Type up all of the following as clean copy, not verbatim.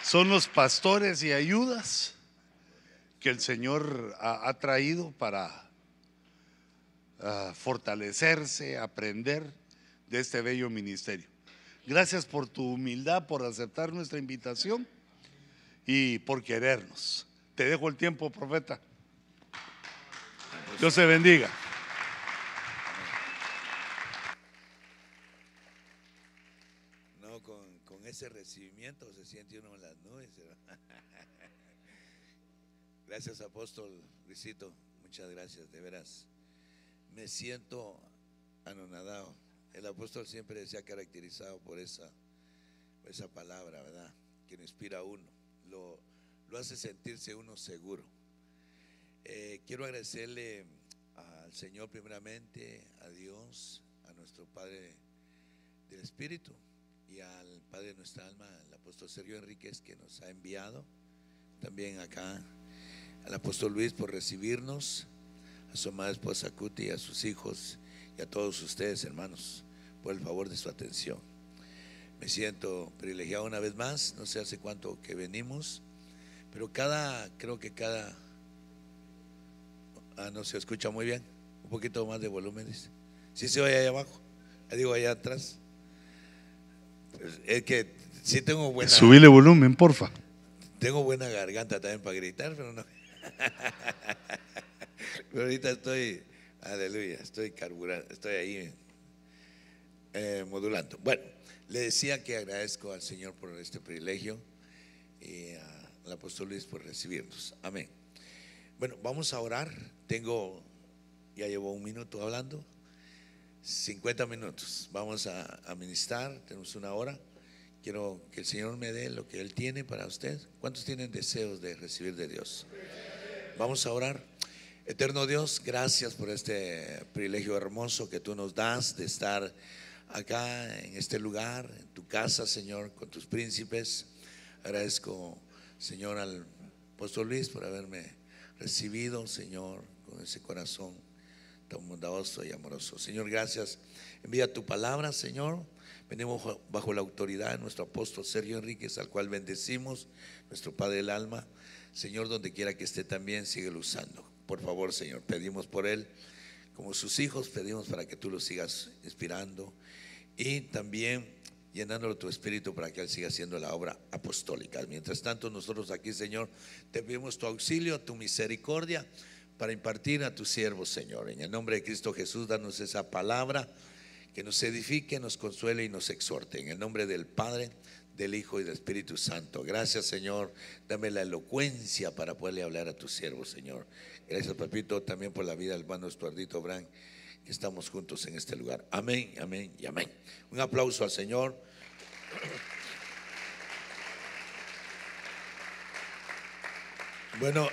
Son los pastores y ayudas que el Señor ha traído para fortalecerse, aprender de este bello ministerio. Gracias por tu humildad, por aceptar nuestra invitación y por querernos. Te dejo el tiempo, profeta. Dios te bendiga. No, con ese recibimiento se siente uno en las nubes, ¿verdad? Gracias, apóstol Luisito, muchas gracias, de veras. Me siento anonadado. El apóstol siempre se ha caracterizado por esa palabra, ¿verdad? Que lo inspira a uno, lo hace sentirse uno seguro. Quiero agradecerle al Señor primeramente, a Dios, a nuestro Padre del Espíritu y al Padre de nuestra alma, el apóstol Sergio Enríquez, que nos ha enviado. También acá al apóstol Luis por recibirnos, a su amada esposa Cuti, a sus hijos y a todos ustedes, hermanos, por el favor de su atención. Me siento privilegiado una vez más, no sé hace cuánto que venimos, pero creo que cada no se escucha muy bien, un poquito más de volumen, dice. ¿Sí se oye ahí abajo? Digo allá atrás. Pues es que sí tengo buena. Subile volumen, porfa. Tengo buena garganta también para gritar, pero no. Pero ahorita estoy, aleluya, estoy carburando, estoy ahí modulando. Bueno, le decía que agradezco al Señor por este privilegio y al apóstol Luis por recibirnos. Amén. Bueno, vamos a orar. Ya llevo un minuto hablando, 50 minutos. Vamos a ministrar, tenemos una hora. Quiero que el Señor me dé lo que Él tiene para usted. ¿Cuántos tienen deseos de recibir de Dios? Vamos a orar. Eterno Dios, gracias por este privilegio hermoso que tú nos das de estar acá en este lugar, en tu casa, Señor, con tus príncipes. Agradezco, Señor, al apóstol Luis por haberme recibido, Señor, con ese corazón tan bondadoso y amoroso. Señor, gracias. Envía tu palabra, Señor. Venimos bajo la autoridad de nuestro apóstol Sergio Enríquez, al cual bendecimos, nuestro Padre del alma. Señor, donde quiera que esté también, síguelo usando. Por favor, Señor, pedimos por él, como sus hijos, pedimos para que tú lo sigas inspirando y también llenándolo de tu espíritu para que él siga haciendo la obra apostólica. Mientras tanto, nosotros aquí, Señor, te pedimos tu auxilio, tu misericordia para impartir a tus siervos, Señor. En el nombre de Cristo Jesús, danos esa palabra que nos edifique, nos consuele y nos exhorte. En el nombre del Padre, del Hijo y del Espíritu Santo. Gracias, Señor. Dame la elocuencia para poderle hablar a tus siervos, Señor. Gracias, papito, también por la vida del hermano Estuardito Brand, que estamos juntos en este lugar. Amén, amén y amén. Un aplauso al Señor. Bueno,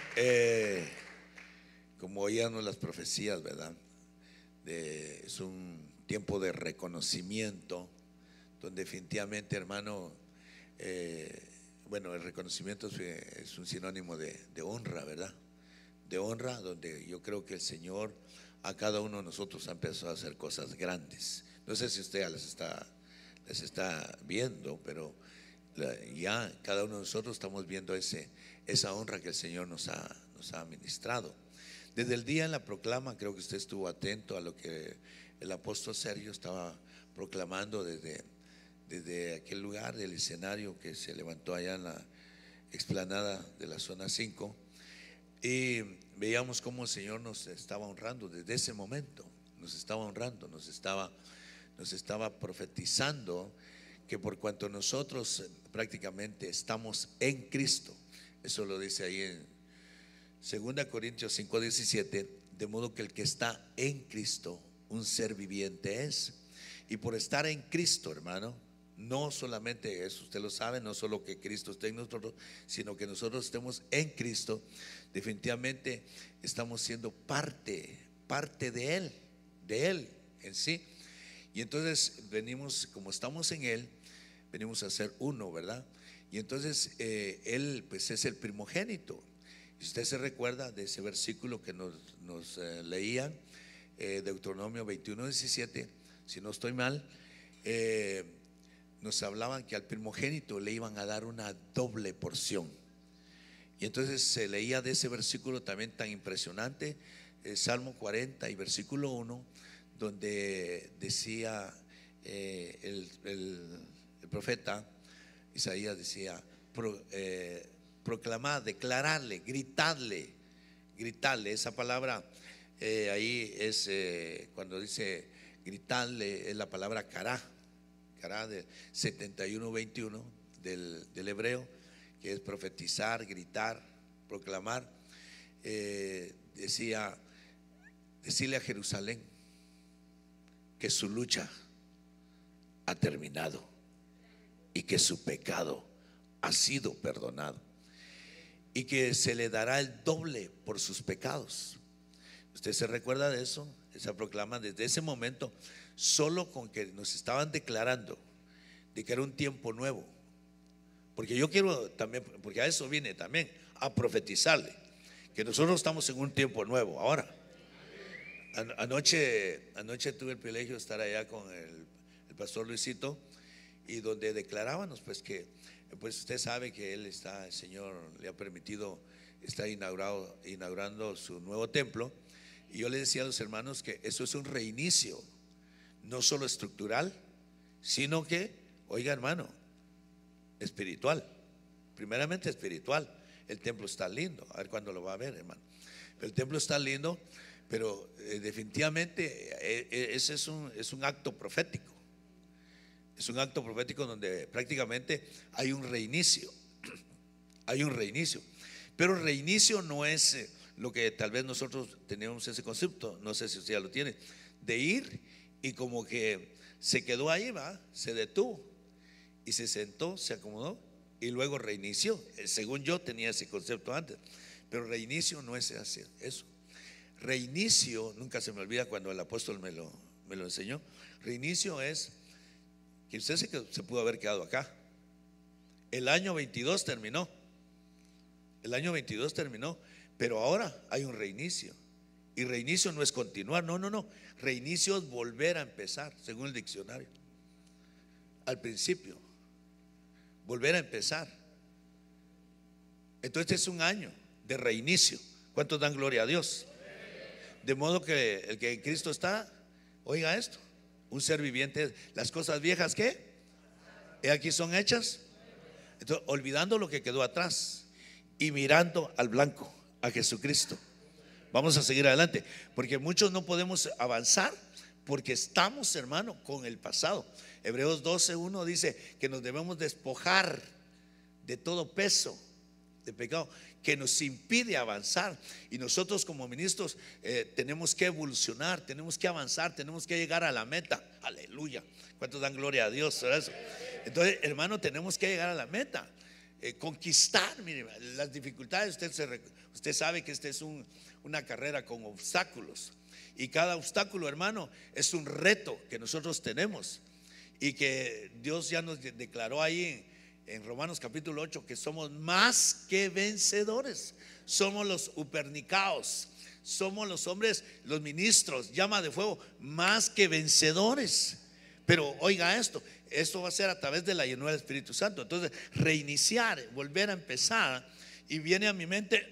como oíamos las profecías, ¿verdad? Es un tiempo de reconocimiento, donde definitivamente, hermano, bueno, el reconocimiento es un sinónimo de honra, ¿verdad? De honra, donde yo creo que el Señor a cada uno de nosotros ha empezado a hacer cosas grandes. No sé si usted les está viendo, pero ya cada uno de nosotros estamos viendo esa honra que el Señor nos ha ministrado. Desde el día en la proclama, creo que usted estuvo atento a lo que el apóstol Sergio estaba proclamando desde aquel lugar del escenario que se levantó allá en la explanada de la zona 5, y veíamos cómo el Señor nos estaba honrando desde ese momento. Nos estaba honrando, nos estaba profetizando que por cuanto nosotros prácticamente estamos en Cristo, eso lo dice ahí en 2 Corintios 5:17, de modo que el que está en Cristo, un ser viviente es. Y por estar en Cristo, hermano, no solamente eso, usted lo sabe, no solo que Cristo esté en nosotros, sino que nosotros estemos en Cristo, definitivamente estamos siendo parte de Él en sí. Y entonces venimos, como estamos en Él, venimos a ser uno, ¿verdad? Y entonces Él pues es el primogénito. Si usted se recuerda de ese versículo que nos leían, Deuteronomio 21:17, si no estoy mal, nos hablaban que al primogénito le iban a dar una doble porción. Y entonces se leía de ese versículo también tan impresionante, Salmo 40 y versículo 1, donde decía el profeta Isaías, decía: proclamad, declararle, gritarle. Esa palabra ahí es cuando dice gritarle, es la palabra cará de 71:21 del hebreo, que es profetizar, gritar, proclamar. Decía: decirle a Jerusalén que su lucha ha terminado y que su pecado ha sido perdonado y que se le dará el doble por sus pecados. ¿Usted se recuerda de eso? Esa proclama desde ese momento, solo con que nos estaban declarando de que era un tiempo nuevo. Porque yo quiero también, porque a eso viene también, a profetizarle que nosotros estamos en un tiempo nuevo. Ahora, anoche tuve el privilegio de estar allá con el pastor Luisito, y donde declarábamos pues que, pues usted sabe que él está, el Señor le ha permitido, está inaugurando su nuevo templo. Y yo le decía a los hermanos que eso es un reinicio, no solo estructural, sino que, oiga hermano, espiritual. Primeramente espiritual. El templo está lindo, a ver cuándo lo va a ver, hermano. El templo está lindo, pero definitivamente ese es un acto profético. Es un acto profético donde prácticamente hay un reinicio. Hay un reinicio. Pero reinicio no es lo que tal vez nosotros tenemos ese concepto, no sé si usted ya lo tiene, de ir y como que se quedó ahí, ¿va? Se detuvo y se sentó, se acomodó y luego reinició. Según yo tenía ese concepto antes, pero reinicio no es así, eso. Reinicio, nunca se me olvida cuando el apóstol me lo enseñó. Reinicio es que usted se pudo haber quedado acá. El año 22 terminó. El año 22 terminó, pero ahora hay un reinicio. Y reinicio no es continuar, no. Reinicio es volver a empezar, según el diccionario. Al principio, volver a empezar. Entonces es un año de reinicio. ¿Cuántos dan gloria a Dios? De modo que el que en Cristo está, oiga esto, un ser viviente. Las cosas viejas, ¿qué? Aquí son hechas. Entonces, olvidando lo que quedó atrás y mirando al blanco, a Jesucristo. Vamos a seguir adelante, porque muchos no podemos avanzar porque estamos, hermano, con el pasado. Hebreos 12:1 dice que nos debemos despojar de todo peso de pecado que nos impide avanzar, y nosotros como ministros tenemos que evolucionar, tenemos que avanzar, tenemos que llegar a la meta. Aleluya. ¿Cuántos dan gloria a Dios por eso? Entonces, hermano, tenemos que llegar a la meta, conquistar. Mire, las dificultades, usted sabe que esta es una carrera con obstáculos, y cada obstáculo, hermano, es un reto que nosotros tenemos, y que Dios ya nos declaró ahí en Romanos capítulo 8 que somos más que vencedores. Somos los upernicaos, somos los hombres, los ministros, llama de fuego, más que vencedores. Pero oiga esto va a ser a través de la llenura del Espíritu Santo. Entonces, reiniciar, volver a empezar. Y viene a mi mente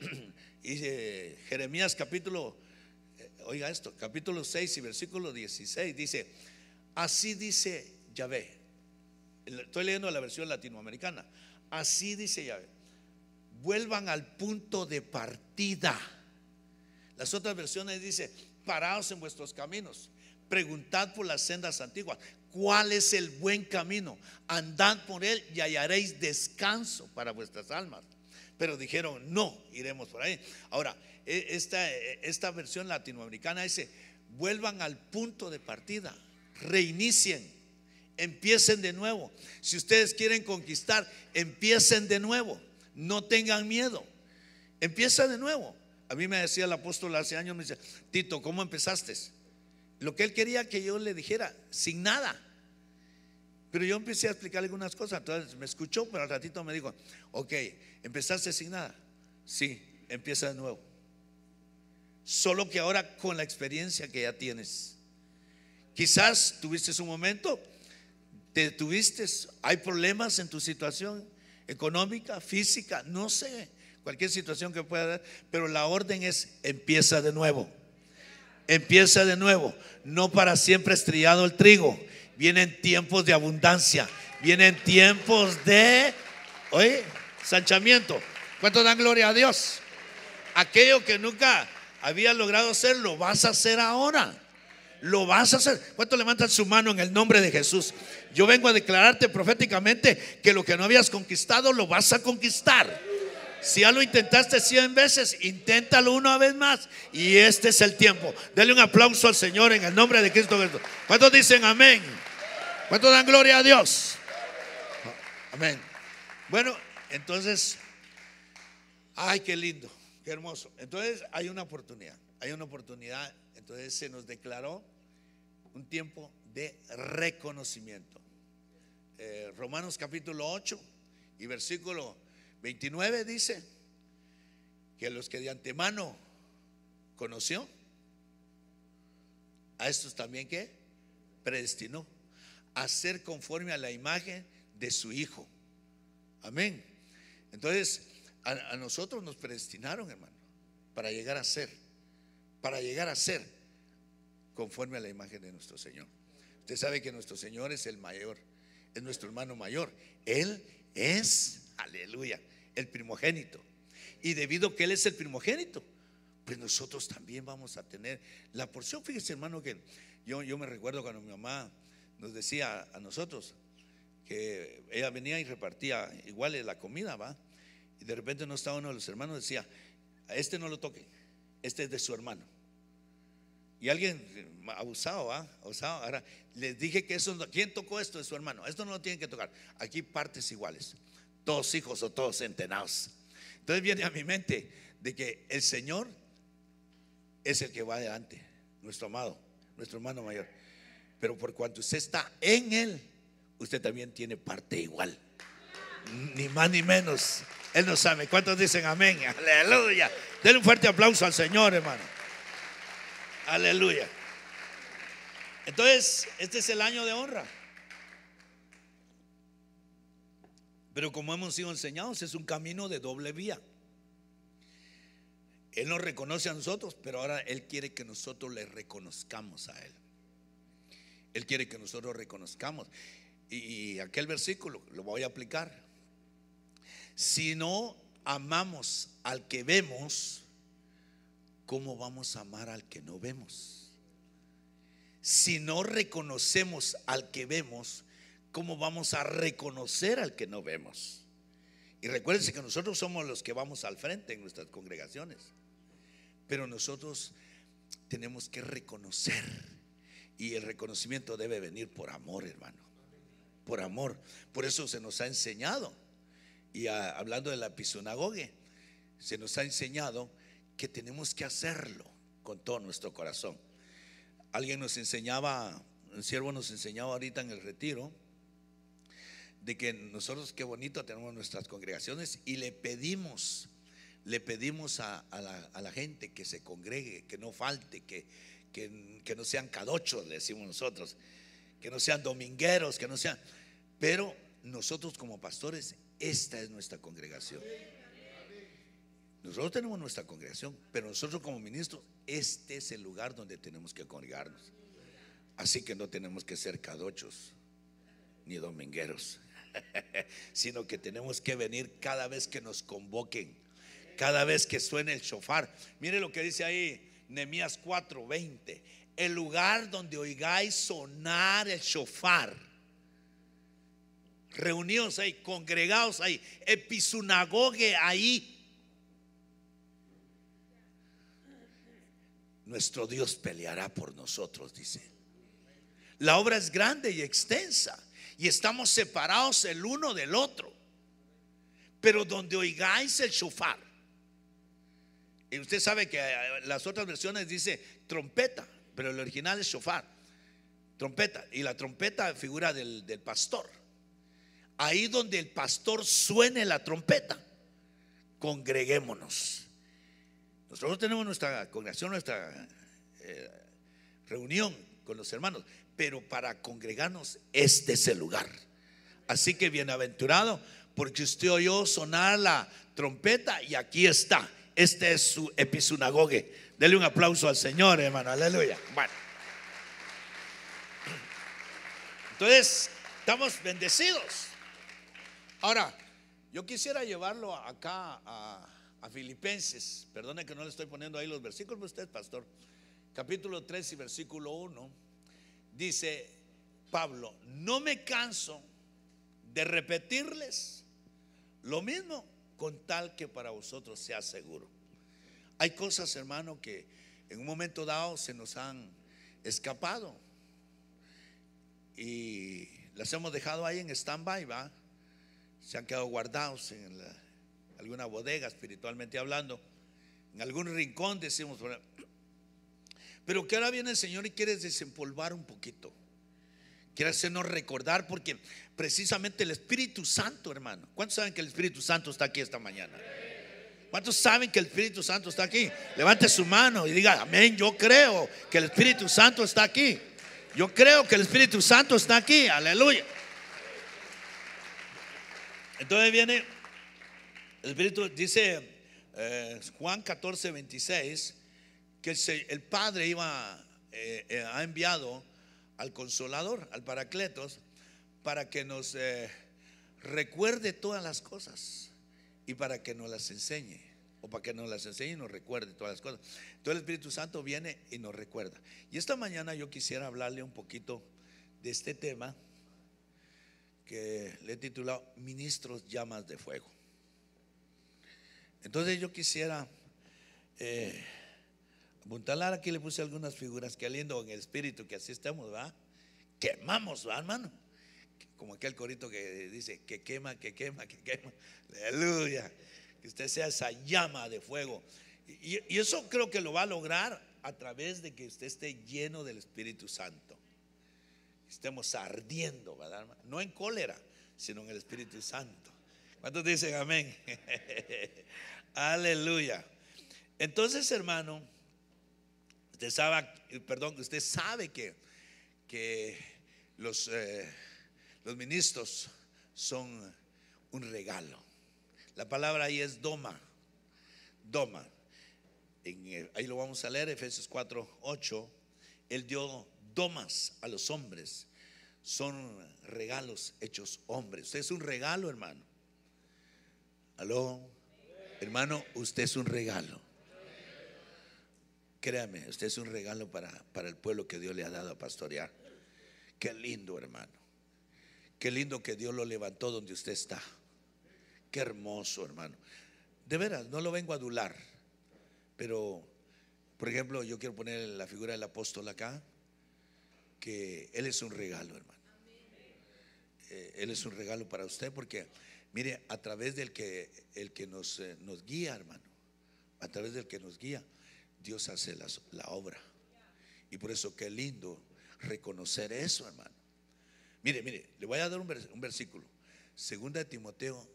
Jeremías capítulo, oiga esto, capítulo 6 y versículo 16, dice: así dice Yahvé. Estoy leyendo la versión latinoamericana. Así dice Yahvé: vuelvan al punto de partida. Las otras versiones dice: paraos en vuestros caminos, preguntad por las sendas antiguas, cuál es el buen camino, andad por él y hallaréis descanso para vuestras almas. Pero dijeron: no iremos por ahí. Ahora, esta versión latinoamericana dice: vuelvan al punto de partida, reinicien, empiecen de nuevo. Si ustedes quieren conquistar, empiecen de nuevo, no tengan miedo, empieza de nuevo. A mí me decía el apóstol hace años, me dice: Tito, ¿cómo empezaste? Lo que él quería que yo le dijera, sin nada. Pero yo empecé a explicarle algunas cosas. Entonces me escuchó, pero al ratito me dijo: ok, ¿empezaste sin nada? Sí, empieza de nuevo. Solo que ahora con la experiencia que ya tienes. Quizás tuviste un momento ¿Te detuviste? ¿Hay problemas en tu situación económica, física? No sé, cualquier situación que pueda haber, pero la orden es: empieza de nuevo. Empieza de nuevo. No para siempre estrellado el trigo. Vienen tiempos de abundancia. Vienen tiempos de, oye, sanchamiento. ¿Cuánto dan gloria a Dios? Aquello que nunca había logrado hacer, lo vas a hacer ahora. Lo vas a hacer. ¿Cuánto levantan su mano en el nombre de Jesús? Yo vengo a declararte proféticamente que lo que no habías conquistado lo vas a conquistar. Si ya lo intentaste 100 veces, inténtalo una vez más. Y este es el tiempo. Dale un aplauso al Señor en el nombre de Cristo Jesús. ¿Cuántos dicen amén? ¿Cuántos dan gloria a Dios? Amén. Bueno, entonces, ay, qué lindo, qué hermoso. Entonces hay una oportunidad. Hay una oportunidad. Entonces se nos declaró un tiempo de reconocimiento. Romanos capítulo 8 y versículo 29 dice que los que de antemano conoció, a estos también que predestinó a ser conforme a la imagen de su Hijo. Amén. Entonces a nosotros nos predestinaron, hermano, para llegar a ser conforme a la imagen de nuestro Señor. Usted sabe que nuestro Señor es el mayor, es nuestro hermano mayor. Él es, aleluya, el primogénito. Y debido a que Él es el primogénito, pues nosotros también vamos a tener la porción. Fíjese, hermano, que yo me recuerdo cuando mi mamá nos decía a nosotros que ella venía y repartía igual la comida, ¿va? Y de repente no estaba uno de los hermanos, decía: a este no lo toquen, este es de su hermano. Y alguien abusado, ¿va? Abusado. Ahora les dije que eso, ¿quién tocó esto? De su hermano. Esto no lo tienen que tocar. Aquí partes iguales, todos hijos o todos centenados. Entonces viene a mi mente de que el Señor es el que va adelante, nuestro amado, nuestro hermano mayor. Pero por cuanto usted está en Él, usted también tiene parte igual, ni más ni menos. Él nos sabe. ¿Cuántos dicen amén? Aleluya. Denle un fuerte aplauso al Señor, hermano. Aleluya. Entonces, este es el año de honra. Pero como hemos sido enseñados, es un camino de doble vía. Él nos reconoce a nosotros, pero ahora Él quiere que nosotros le reconozcamos a Él. Él quiere que nosotros reconozcamos. Y aquel versículo lo voy a aplicar: si no amamos al que vemos, ¿cómo vamos a amar al que no vemos? Si no reconocemos al que vemos, ¿cómo vamos a reconocer al que no vemos? Y recuérdense que nosotros somos los que vamos al frente en nuestras congregaciones, pero nosotros tenemos que reconocer, y el reconocimiento debe venir por amor, hermano, por amor. Por eso se nos ha enseñado, y hablando de la episinagoge, se nos ha enseñado que tenemos que hacerlo con todo nuestro corazón. Alguien nos enseñaba, un siervo nos enseñaba ahorita en el retiro, de que nosotros, qué bonito, tenemos nuestras congregaciones y le pedimos a la gente que se congregue, que no falte, que no sean cadochos, le decimos nosotros, que no sean domingueros, que no sean. Pero nosotros como pastores, esta es nuestra congregación. Nosotros tenemos nuestra congregación, pero nosotros como ministros, este es el lugar donde tenemos que congregarnos. Así que no tenemos que ser cadochos ni domingueros, sino que tenemos que venir cada vez que nos convoquen, cada vez que suene el shofar. Mire lo que dice ahí Nehemías 4:20: el lugar donde oigáis sonar el shofar, reunidos ahí, congregados ahí, episinagoge ahí, nuestro Dios peleará por nosotros, dice. La obra es grande y extensa, y estamos separados el uno del otro, pero donde oigáis el shofar. Y usted sabe que las otras versiones dice trompeta, pero el original es shofar, trompeta. Y la trompeta figura del pastor. Ahí donde el pastor suene la trompeta, congreguémonos. Nosotros tenemos nuestra congregación, nuestra reunión con los hermanos, pero para congregarnos este es el lugar. Así que bienaventurado, porque usted oyó sonar la trompeta y aquí está. Este es su episinagoge. Dele un aplauso al Señor, hermano, aleluya. Bueno, entonces estamos bendecidos. Ahora, yo quisiera llevarlo acá a Filipenses. Perdone que no le estoy poniendo ahí los versículos, pero usted, pastor. Capítulo 3 y versículo 1. Dice Pablo: no me canso de repetirles lo mismo, con tal que para vosotros sea seguro. Hay cosas, hermano, que en un momento dado se nos han escapado y las hemos dejado ahí en stand-by, ¿va? Se han quedado guardados en alguna bodega, espiritualmente hablando, en algún rincón, decimos. Pero que ahora viene el Señor y quiere desempolvar un poquito, quiere hacernos recordar, porque precisamente el Espíritu Santo, hermano, ¿cuántos saben que el Espíritu Santo está aquí esta mañana? ¿Cuántos saben que el Espíritu Santo está aquí? Levante su mano y diga: amén, yo creo que el Espíritu Santo está aquí. Yo creo que el Espíritu Santo está aquí, aleluya. Entonces viene el Espíritu, dice Juan 14, 26, que el Padre ha enviado al Consolador, al Paracletos, para que nos recuerde todas las cosas y para que nos las enseñe, o para que nos las enseñe y nos recuerde todas las cosas. Entonces el Espíritu Santo viene y nos recuerda. Y esta mañana yo quisiera hablarle un poquito de este tema que le he titulado Ministros Llamas de Fuego. Entonces yo quisiera apuntalar, aquí le puse algunas figuras. Qué lindo en el espíritu que así estamos, ¿va? Quemamos, ¿va, hermano? Como aquel corito que dice que quema, que quema, que quema. Aleluya. Que usted sea esa llama de fuego. Y eso creo que lo va a lograr a través de que usted esté lleno del Espíritu Santo. Estemos ardiendo, ¿verdad, hermano? No en cólera, sino en el Espíritu Santo. ¿Cuántos dicen amén? Aleluya. Entonces, hermano, usted sabe que los ministros son un regalo. La palabra ahí es doma. Doma. Ahí lo vamos a leer, Efesios 4:8. Él dio domas a los hombres. Son regalos hechos hombres. Usted es un regalo, hermano. Aló, hermano, usted es un regalo. Créame, usted es un regalo para el pueblo que Dios le ha dado a pastorear. Qué lindo, hermano. Qué lindo que Dios lo levantó donde usted está. Qué hermoso, hermano. De veras, no lo vengo a adular, pero por ejemplo, yo quiero poner la figura del apóstol acá, que él es un regalo, hermano. Él es un regalo para usted, porque mire, a través del que nos guía, hermano, a través del que nos guía, Dios hace la obra. Y por eso qué lindo reconocer eso, hermano. Mire, le voy a dar un versículo. Segunda de Timoteo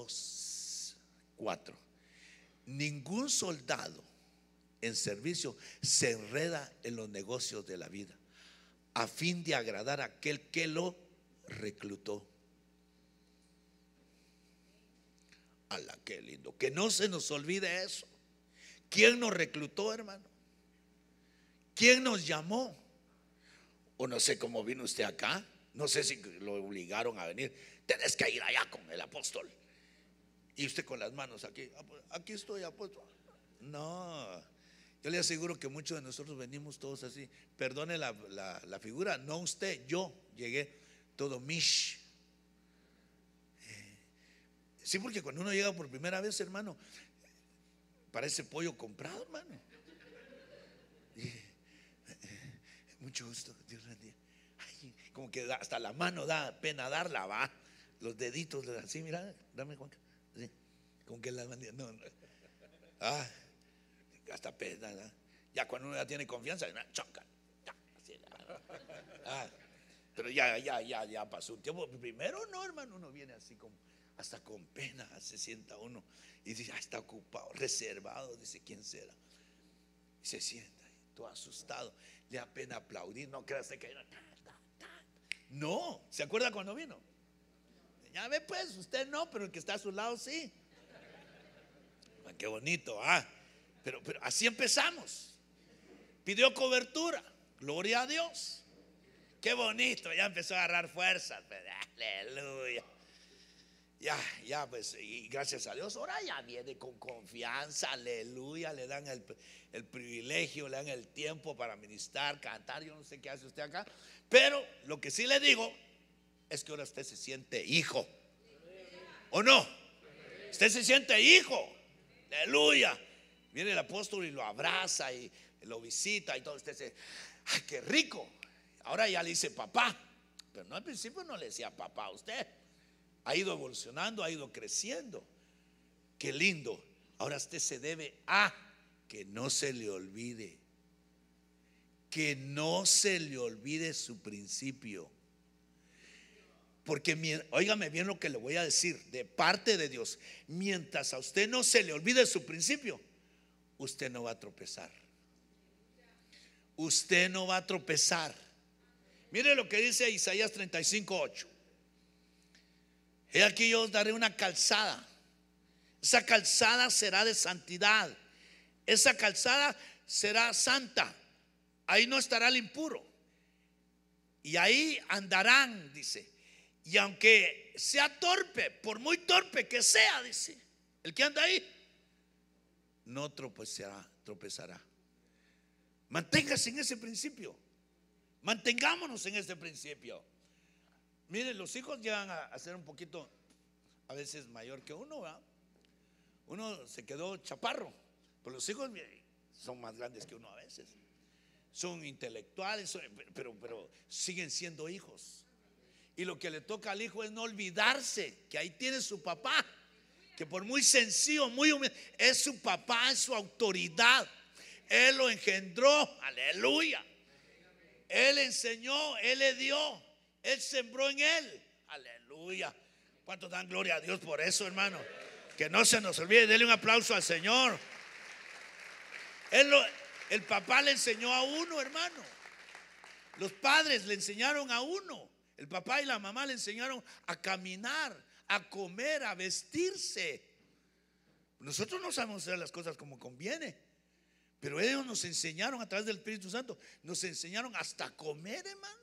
2:4. Ningún soldado en servicio se enreda en los negocios de la vida, a fin de agradar a aquel que lo reclutó. ¡Hala, qué lindo! Que no se nos olvide eso. ¿Quién nos reclutó, hermano? ¿Quién nos llamó? O no sé cómo vino usted acá. No sé si lo obligaron a venir. Tenés que ir allá con el apóstol. Y usted con las manos aquí. Aquí estoy, apóstol. No, yo le aseguro que muchos de nosotros venimos todos así. Perdone la figura. No usted, yo llegué todo mish. Sí, porque cuando uno llega por primera vez, hermano, parece pollo comprado, hermano. Mucho gusto, Dios bendiga. Ay, como que hasta la mano da pena darla, va. Los deditos así, mira, dame, Juan. Sí, como que la no. Hasta pena, ¿no? Ya cuando uno ya tiene confianza, choca. Pero ya pasó un tiempo. Primero no, hermano, uno viene así como hasta con pena, se sienta uno y dice, está ocupado, reservado, dice, ¿quién será? Y se sienta todo asustado, le da pena aplaudir, no creas que No, ¿se acuerda cuando vino? Ya ve pues, usted no, pero el que está a su lado sí. Qué bonito, pero así empezamos. Pidió cobertura, gloria a Dios. Qué bonito, ya empezó a agarrar fuerzas. Aleluya. Ya, pues, y gracias a Dios, ahora ya viene con confianza, aleluya. Le dan el privilegio, le dan el tiempo para ministrar, cantar. Yo no sé qué hace usted acá, pero lo que sí le digo es que ahora usted se siente hijo, ¿o no? Usted se siente hijo, aleluya. Viene el apóstol y lo abraza y lo visita y todo. Usted dice, ay, qué rico. Ahora ya le dice papá, pero no, al principio no le decía papá a usted. Ha ido evolucionando, ha ido creciendo. Qué lindo. Ahora usted se debe a que no se le olvide. Que no se le olvide su principio. Porque, óigame bien lo que le voy a decir de parte de Dios. Mientras a usted no se le olvide su principio, usted no va a tropezar. Usted no va a tropezar. Mire lo que dice Isaías 35:8. He aquí yo os daré una calzada. Esa calzada será de santidad. Esa calzada será santa. Ahí no estará el impuro. Y ahí andarán, dice. Y aunque sea torpe, por muy torpe que sea, dice, el que anda ahí no tropezará. Manténgase en ese principio. Mantengámonos en ese principio. Miren, los hijos llegan a ser un poquito a veces mayor que uno, ¿verdad? Uno se quedó chaparro, pero los hijos son más grandes que uno a veces. Son intelectuales, pero siguen siendo hijos. Y lo que le toca al hijo es no olvidarse que ahí tiene su papá, que por muy sencillo, muy humilde, es su papá, es su autoridad. Él lo engendró, aleluya. Él enseñó, Él le dio, Él sembró en él, aleluya. ¿Cuántos dan gloria a Dios por eso, hermano? Que no se nos olvide, denle un aplauso al Señor. El papá le enseñó a uno, hermano. Los padres le enseñaron a uno. El papá y la mamá le enseñaron a caminar, a comer, a vestirse. Nosotros no sabemos hacer las cosas como conviene, pero ellos nos enseñaron a través del Espíritu Santo. Nos enseñaron hasta a comer, hermano.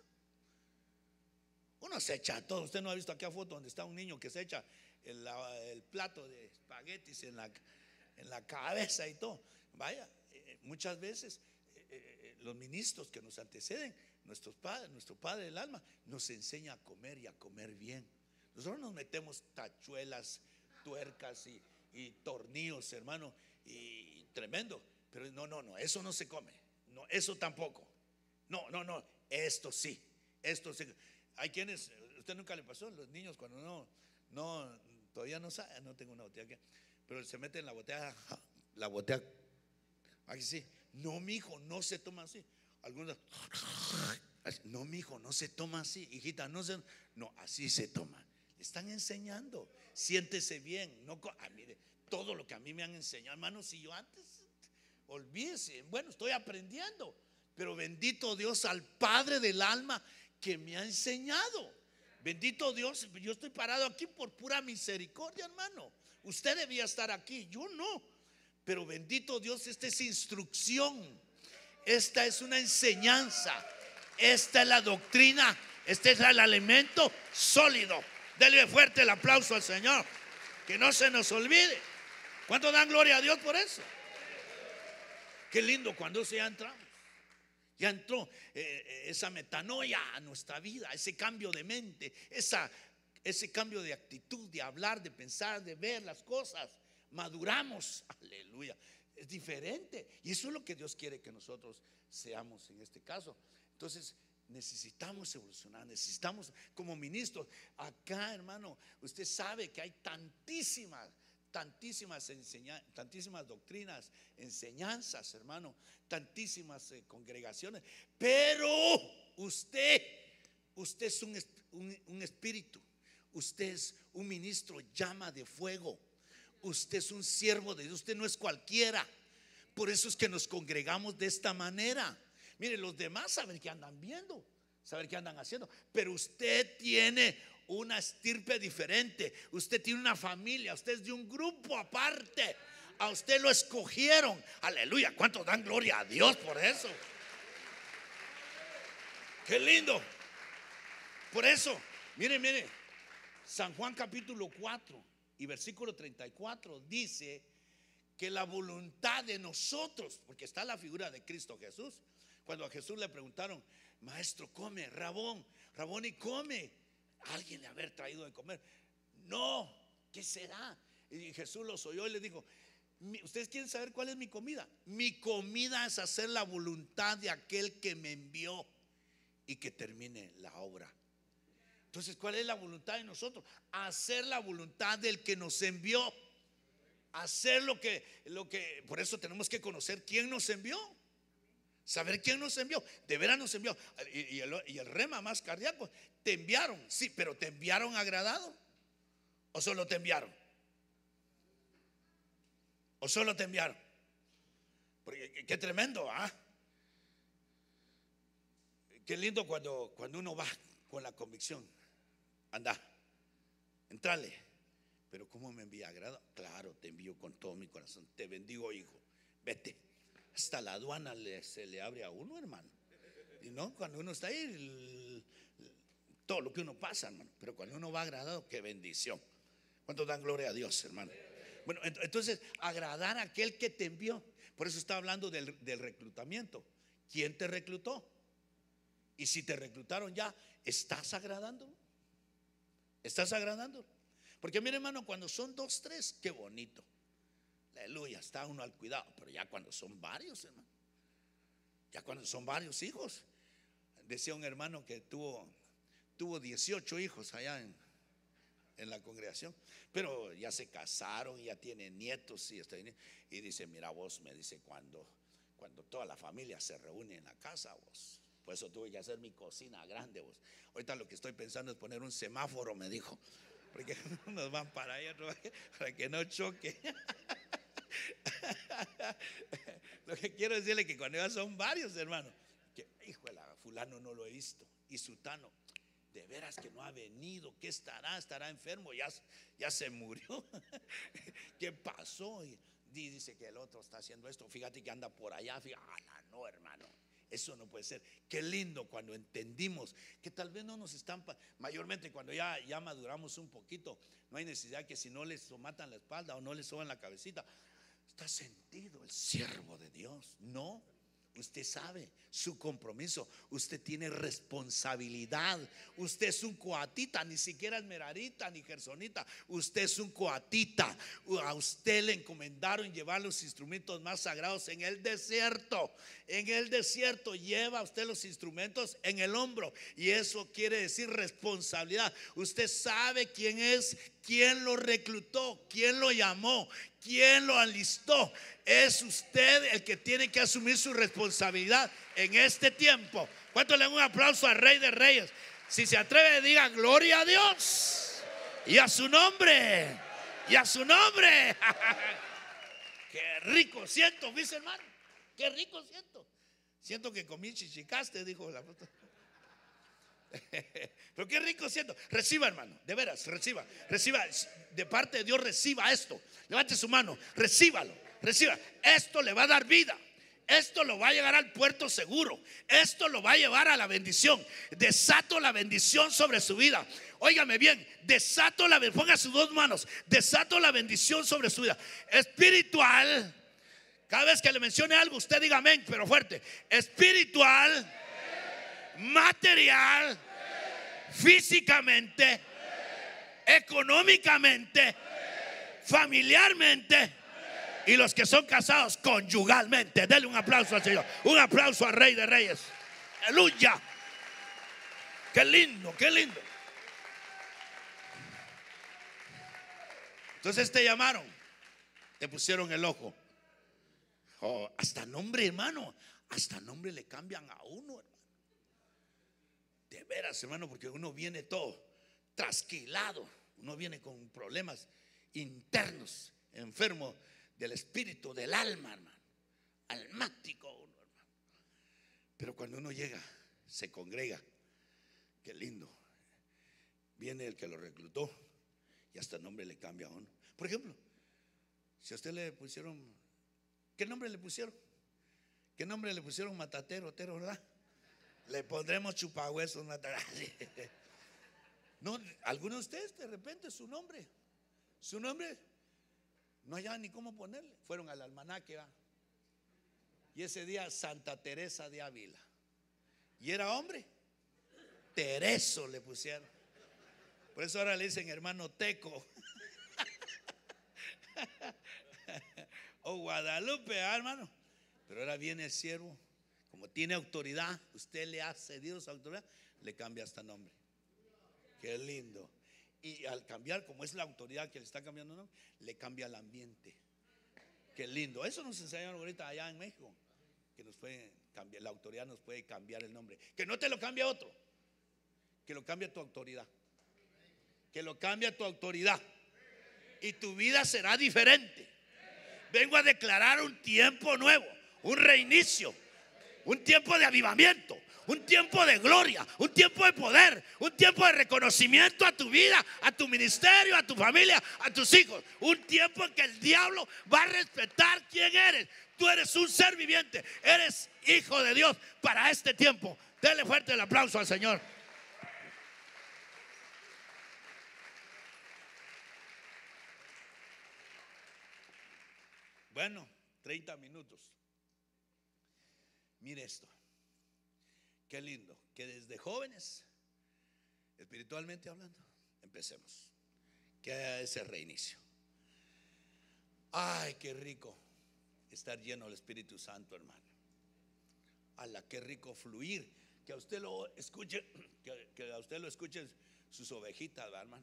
Uno se echa todo. Usted no ha visto aquella foto donde está un niño que se echa el plato de espaguetis en la cabeza y todo. Vaya, muchas veces los ministros que nos anteceden, nuestro Padre del alma, nos enseña a comer y a comer bien. Nosotros nos metemos tachuelas, tuercas y tornillos, hermano, y tremendo. Pero no, eso no se come. No, eso tampoco. No, esto sí. Hay quienes, usted nunca le pasó, los niños cuando todavía no sabe, no tengo una botella aquí, pero se mete en la botella, aquí sí. No, mijo, no se toma así. Algunos, no, mijo, no se toma así, hijita, no, así se toma. Le están enseñando, siéntese bien. Mire, todo lo que a mí me han enseñado, hermano, si yo antes, olvídese, bueno, estoy aprendiendo, pero bendito Dios al Padre del alma que me ha enseñado. Bendito Dios, yo estoy parado aquí por pura misericordia, hermano. Usted debía estar aquí, yo no. Pero bendito Dios, esta es instrucción. Esta es una enseñanza. Esta es la doctrina. Este es el alimento sólido. Dele fuerte el aplauso al Señor. Que no se nos olvide. ¿Cuánto dan gloria a Dios por eso? Qué lindo cuando ya entramos. Ya entró esa metanoia a nuestra vida, ese cambio de mente, ese cambio de actitud, de hablar, de pensar, de ver las cosas. Maduramos, aleluya. Es diferente. Y eso es lo que Dios quiere que nosotros seamos en este caso. Entonces necesitamos evolucionar, necesitamos como ministros. Acá, hermano, usted sabe que hay tantísimas doctrinas, enseñanzas, hermano, tantísimas congregaciones, pero usted es un espíritu, usted es un ministro llama de fuego, usted es un siervo de Dios, usted no es cualquiera. Por eso es que nos congregamos de esta manera. Mire, los demás saben que andan viendo, saber qué andan haciendo. Pero usted tiene una estirpe diferente. Usted tiene una familia. Usted es de un grupo aparte. A usted lo escogieron. Aleluya. ¿Cuántos dan gloria a Dios por eso? Qué lindo. Por eso, mire, San Juan capítulo 4 y versículo 34 dice que la voluntad de nosotros, porque está la figura de Cristo Jesús. Cuando a Jesús le preguntaron, maestro, come, Rabón y come, alguien le haber traído de comer. No, ¿qué será? Y Jesús los oyó y le dijo, ¿ustedes quieren saber cuál es mi comida? Mi comida es hacer la voluntad de aquel que me envió y que termine la obra. Entonces, ¿cuál es la voluntad de nosotros? Hacer la voluntad del que nos envió. Hacer lo que, por eso tenemos que conocer quién nos envió. Saber quién nos envió. De veras nos envió. Y el rema más cardíaco, te enviaron, sí, pero ¿te enviaron agradado? ¿O solo te enviaron? ¿O solo te enviaron? Porque qué tremendo, ¿ah? Qué lindo cuando uno va con la convicción. Anda, entrale. Pero ¿cómo me envía agrado? Claro, te envío con todo mi corazón. Te bendigo, hijo. Vete. Hasta la aduana se le abre a uno, hermano. Y no, cuando uno está ahí, todo lo que uno pasa, hermano. Pero cuando uno va agradado, qué bendición. ¿Cuántos dan gloria a Dios, hermano? Bueno, entonces, agradar a aquel que te envió. Por eso está hablando del reclutamiento. ¿Quién te reclutó? Y si te reclutaron ya, ¿estás agradando? ¿Estás agradando? Porque mire, hermano, cuando son 2, 3, qué bonito. Aleluya, está uno al cuidado. Pero ya cuando son varios, hermano, ya cuando son varios hijos. Decía un hermano que tuvo 18 hijos allá en la congregación, pero ya se casaron, ya tienen nietos y dice, mira vos, me dice, cuando toda la familia se reúne en la casa, vos, por eso tuve que hacer mi cocina grande, vos. Ahorita lo que estoy pensando es poner un semáforo, me dijo, porque unos van para allá, para que no choque. Lo que quiero decirle es que cuando ya son varios, hermanos, que hijo de la fulano no lo he visto, y sutano, de veras que no ha venido, ¿qué estará enfermo? Ya se murió. ¿Qué pasó? Y dice que el otro está haciendo esto, fíjate que anda por allá, no, hermano, eso no puede ser. Qué lindo cuando entendimos que tal vez no nos están, mayormente cuando ya maduramos un poquito, no hay necesidad que si no les somatan la espalda o no les soban la cabecita, está sentido el siervo de Dios. No, usted sabe su compromiso, usted tiene responsabilidad. Usted es un coatita, ni siquiera es merarita ni gersonita, usted es un coatita. A usted le encomendaron llevar los instrumentos más sagrados en el desierto. En el desierto lleva usted los instrumentos en el hombro, y eso quiere decir responsabilidad. Usted sabe quién es, quién lo reclutó, quién lo llamó, quién lo alistó. Es usted el que tiene que asumir su responsabilidad en este tiempo. ¿Cuánto le dan un aplauso al Rey de Reyes? Si se atreve, diga gloria a Dios y a su nombre, y a su nombre. Qué rico siento, dice hermano. Qué rico siento. Siento que comí chichicaste, dijo la puta. Pero qué rico siento. Reciba, hermano, de veras, reciba de parte de Dios, reciba esto. Levante su mano, recíbalo. Esto le va a dar vida. Esto lo va a llevar al puerto seguro. Esto lo va a llevar a la bendición. Desato la bendición sobre su vida. Óigame bien, ponga sus 2 manos. Desato la bendición sobre su vida espiritual. Cada vez que le mencione algo, usted diga amén, pero fuerte. Espiritual, material, físicamente, económicamente, familiarmente, y los que son casados, conyugalmente. Denle un aplauso al Señor, un aplauso al Rey de Reyes. Aleluya. Qué lindo, qué lindo. Entonces te llamaron, te pusieron el ojo. Hasta nombre, hermano, hasta nombre le cambian a uno, hermano. De veras, hermano, porque uno viene todo trasquilado, uno viene con problemas internos, enfermo del espíritu, del alma, hermano, almático uno, hermano. Pero cuando uno llega, se congrega, qué lindo. Viene el que lo reclutó y hasta el nombre le cambia a uno. Por ejemplo, si a usted le pusieron, ¿qué nombre le pusieron? ¿Qué nombre le pusieron? Matatero, Tero, ¿verdad? Le pondremos chupahuesos, matatero. No, algunos de ustedes de repente su nombre no hallaban ni cómo ponerle. Fueron al almanaque, ¿va? Y ese día Santa Teresa de Ávila. Y era hombre, Tereso le pusieron. Por eso ahora le dicen hermano Teco. O Guadalupe, hermano. Pero ahora viene el siervo, como tiene autoridad, usted le ha cedido su autoridad, le cambia hasta nombre. Qué lindo. Y al cambiar, como es la autoridad que le está cambiando el nombre, le cambia el ambiente. Qué lindo. Eso nos enseñaron ahorita allá en México, que nos puede cambiar, la autoridad nos puede cambiar el nombre. Que no te lo cambie otro, que lo cambie tu autoridad. Que lo cambie tu autoridad. Y tu vida será diferente. Vengo a declarar un tiempo nuevo, un reinicio, un tiempo de avivamiento, un tiempo de gloria, un tiempo de poder, un tiempo de reconocimiento a tu vida, a tu ministerio, a tu familia, a tus hijos. Un tiempo en que el diablo va a respetar quién eres. Tú eres un ser viviente, eres hijo de Dios para este tiempo. Denle fuerte el aplauso al Señor. Bueno, 30 minutos. Mire esto. Qué lindo que desde jóvenes, espiritualmente hablando, empecemos. Que haya ese reinicio. Ay, qué rico estar lleno del Espíritu Santo, hermano. Ala, qué rico fluir. Que a usted lo escuche, que a usted lo escuchen sus ovejitas, ¿verdad, hermano?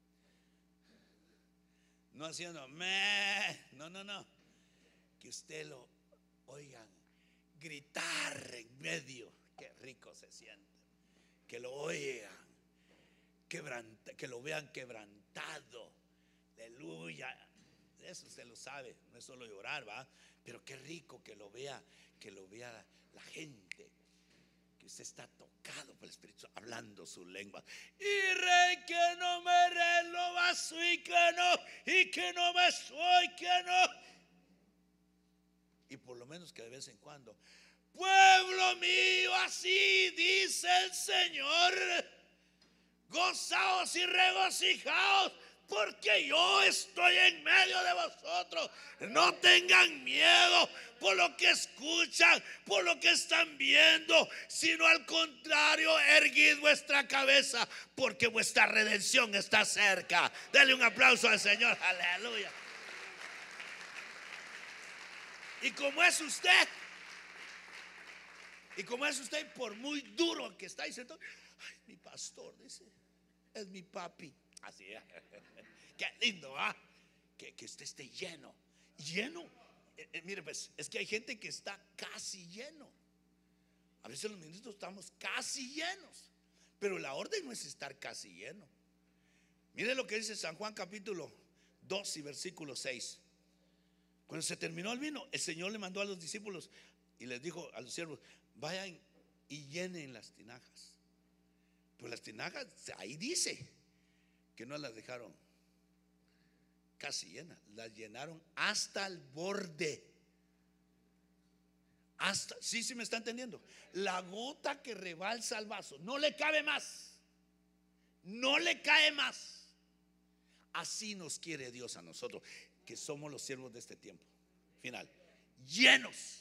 No haciendo no. Que usted lo oigan gritar en medio. Qué rico se siente. Que lo oigan, que lo vean quebrantado. Aleluya. Eso usted lo sabe, no es solo llorar, ¿va? Pero qué rico que lo vea la gente. Que usted está tocado por el Espíritu, hablando su lengua. Y rey que no me renovas y que no me soy, que no. Y por lo menos que de vez en cuando, pueblo mío, así dice el Señor, gozaos y regocijaos, porque yo estoy en medio de vosotros. No tengan miedo por lo que escuchan, por lo que están viendo, sino al contrario, erguid vuestra cabeza, porque vuestra redención está cerca. Dele un aplauso al Señor, aleluya. Y como es usted, por muy duro que está diciendo, ay, mi pastor dice, es mi papi. Así es. Qué lindo, ¿ah? Que usted esté lleno. Mire, pues, es que hay gente que está casi lleno. A veces los ministros estamos casi llenos, pero la orden no es estar casi lleno. Mire lo que dice San Juan capítulo 2 y versículo 6. Cuando se terminó el vino, el Señor le mandó a los discípulos y les dijo a los siervos, vayan y llenen las tinajas. Pues las tinajas, ahí dice que no las dejaron casi llenas, las llenaron hasta el borde. Sí me está entendiendo. La gota que rebalsa al vaso no le cabe más, no le cae más. Así nos quiere Dios a nosotros, que somos los siervos de este tiempo final, llenos.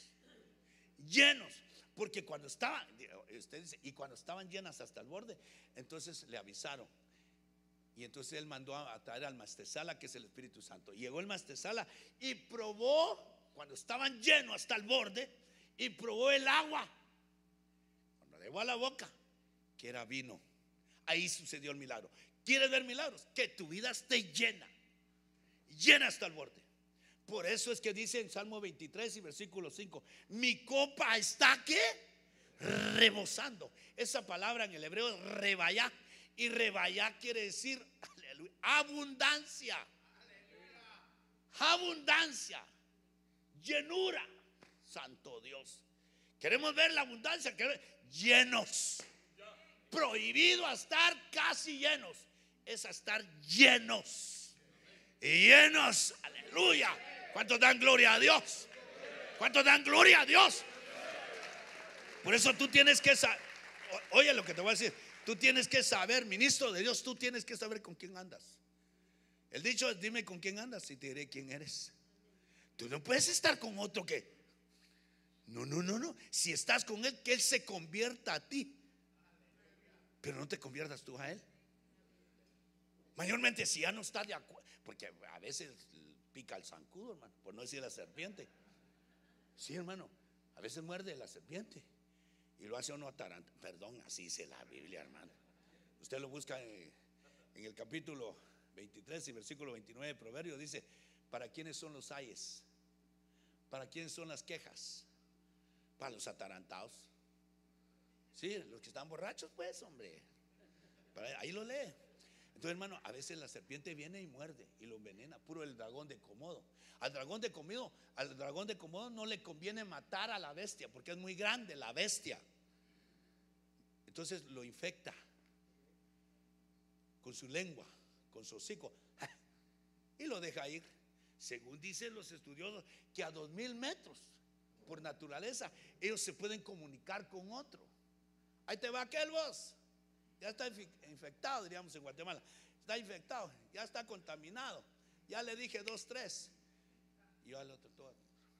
Porque cuando estaban, usted dice, y cuando estaban llenas hasta el borde, entonces le avisaron. Y entonces él mandó a traer al Mastesala, que es el Espíritu Santo. Llegó el Mastesala y probó, cuando estaban llenos hasta el borde, y probó el agua. Cuando le llevó a la boca, que era vino. Ahí sucedió el milagro. ¿Quieres ver milagros? Que tu vida esté llena hasta el borde. Por eso es que dice en Salmo 23 y versículo 5, mi copa está ¿qué? Rebosando. Esa palabra en el hebreo es rebayá. Y rebayá quiere decir, aleluya, abundancia. Abundancia, llenura. Santo Dios. Queremos ver la abundancia, llenos. prohibido a estar casi llenos, es a estar llenos. Y llenos, aleluya. ¿Cuántos dan gloria a Dios? ¿Cuántos dan gloria a Dios? Por eso tú tienes que saber. Oye lo que te voy a decir. Tú tienes que saber, ministro de Dios, tú tienes que saber con quién andas. El dicho es: dime con quién andas y te diré quién eres. Tú no puedes estar con otro que no. Si estás con él, que él se convierta a ti, pero no te conviertas tú a él. Mayormente si ya no estás de acuerdo, porque a veces pica el zancudo, hermano, por no decir la serpiente. Sí, hermano, a veces muerde la serpiente y lo hace uno ataranta. Perdón, así dice la Biblia, hermano. Usted lo busca en el capítulo 23 y versículo 29 de Proverbios. Dice: ¿para quiénes son los ayes? ¿Para quiénes son las quejas? Para los atarantados. Sí, los que están borrachos, pues, hombre. Ahí lo lee. Entonces, hermano, a veces la serpiente viene y muerde y lo envenena. Puro el dragón de Komodo. Al dragón de Komodo no le conviene matar a la bestia, porque es muy grande la bestia. Entonces lo infecta con su lengua, con su hocico, y lo deja ir. Según dicen los estudiosos, que a 2000 metros por naturaleza ellos se pueden comunicar con otro. Ahí te va aquel, vos. Ya está infectado, diríamos en Guatemala. Está infectado, ya está contaminado. Ya le dije 2, 3. Y yo al otro todo.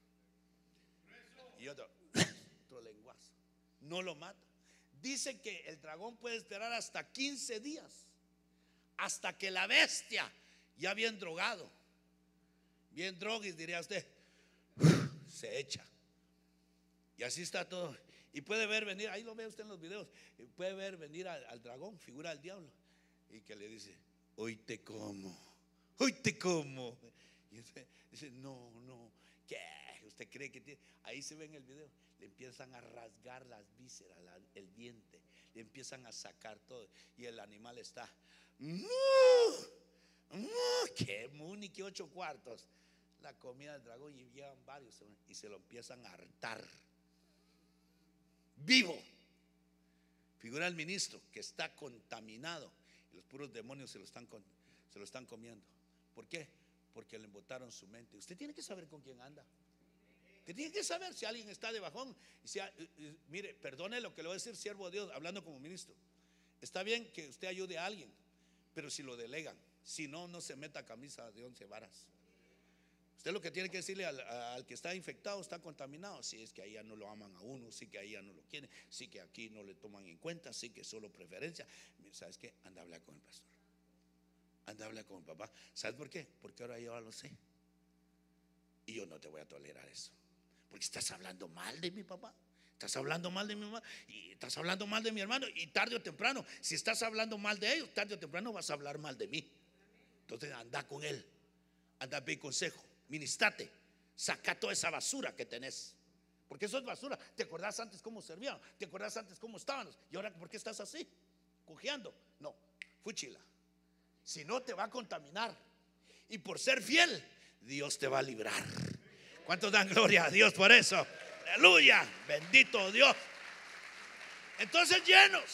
Y otro lenguazo. No lo mata. Dice que el dragón puede esperar hasta 15 días, hasta que la bestia, ya bien drogado, bien droguis diría usted, se echa. Y así está todo. Y puede ver venir, ahí lo ve usted en los videos, puede ver venir al dragón, figura del diablo, y que le dice: hoy te como, hoy te como. Y usted dice: no, ¿qué? ¿Usted cree que tiene? Ahí se ve en el video, le empiezan a rasgar las vísceras, el diente, le empiezan a sacar todo, y el animal está que ni que 8 cuartos. La comida del dragón, y llevan varios y se lo empiezan a hartar vivo. Figura el ministro que está contaminado y los puros demonios se lo están comiendo. ¿Por qué? Porque le embotaron su mente. Usted tiene que saber con quién anda. Usted tiene que saber si alguien está de bajón. Mire, perdone lo que le voy a decir, siervo de Dios, hablando como ministro. Está bien que usted ayude a alguien, pero si lo delegan, si no, no se meta camisa de 11 varas. Usted lo que tiene que decirle al que está infectado, está contaminado: sí, es que ahí ya no lo aman a uno, sí que ahí ya no lo quieren, sí que aquí no le toman en cuenta, sí que solo preferencia. ¿Sabes qué? Anda a hablar con el pastor, anda a hablar con el papá. ¿Sabes por qué? Porque ahora yo ya lo sé, y yo no te voy a tolerar eso, porque estás hablando mal de mi papá, estás hablando mal de mi mamá, y estás hablando mal de mi hermano, y tarde o temprano, si estás hablando mal de ellos, tarde o temprano vas a hablar mal de mí. Entonces anda con él, anda a pedir consejo, ministrate, saca toda esa basura que tenés, porque eso es basura. ¿Te acordás antes cómo servían? ¿Te acordás antes cómo estábamos? ¿Y ahora por qué estás así, cojeando? No, fúchila, si no te va a contaminar. Y por ser fiel, Dios te va a librar. ¿Cuántos dan gloria a Dios por eso? Aleluya, bendito Dios. Entonces llenos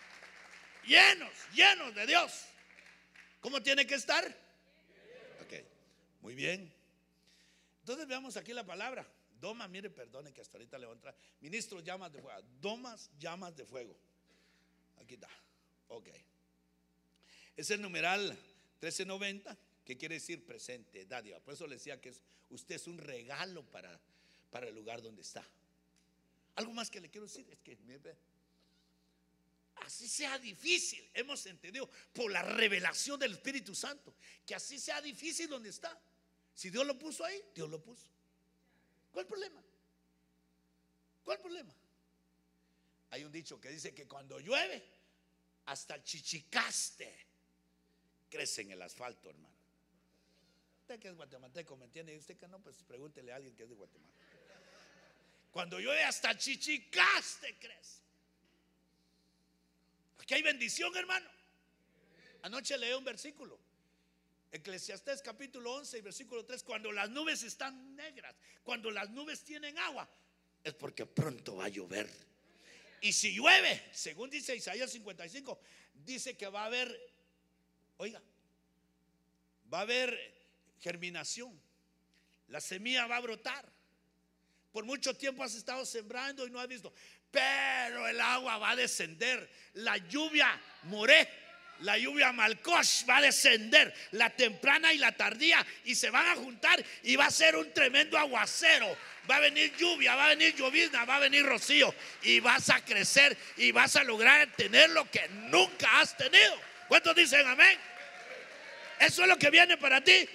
de Dios. ¿Cómo tiene que estar? Ok, muy bien. Entonces veamos aquí la palabra. Doma, mire, perdone que hasta ahorita le voy a entrar. Ministros, llamas de fuego. Domas, llamas de fuego. Aquí está. Ok. Es el numeral 1390, que quiere decir presente, dádiva. Por eso le decía que usted es un regalo para el lugar donde está. Algo más que le quiero decir es que así sea difícil, hemos entendido por la revelación del Espíritu Santo, que así sea difícil donde está. Si Dios lo puso ahí, Dios lo puso. ¿Cuál problema? ¿Cuál problema? Hay un dicho que dice que cuando llueve, hasta el chichicaste crece en el asfalto, hermano. Usted que es guatemalteco, ¿me entiende? Y usted que no, pues pregúntele a alguien que es de Guatemala. Cuando llueve, hasta el chichicaste crece. Aquí hay bendición, hermano. Anoche leí un versículo, Eclesiastés capítulo 11 y versículo 3. Cuando las nubes están negras, cuando las nubes tienen agua, es porque pronto va a llover. Y si llueve, según dice Isaías 55, dice que va a haber, oiga, va a haber germinación. La semilla va a brotar. Por mucho tiempo has estado sembrando y no has visto, pero el agua va a descender. La lluvia moré, la lluvia malcosh va a descender, la temprana y la tardía, y se van a juntar y va a ser un tremendo aguacero. Va a venir lluvia, va a venir llovizna, va a venir rocío, y vas a crecer y vas a lograr tener lo que nunca has tenido. ¿Cuántos dicen amén? Eso es lo que viene para ti.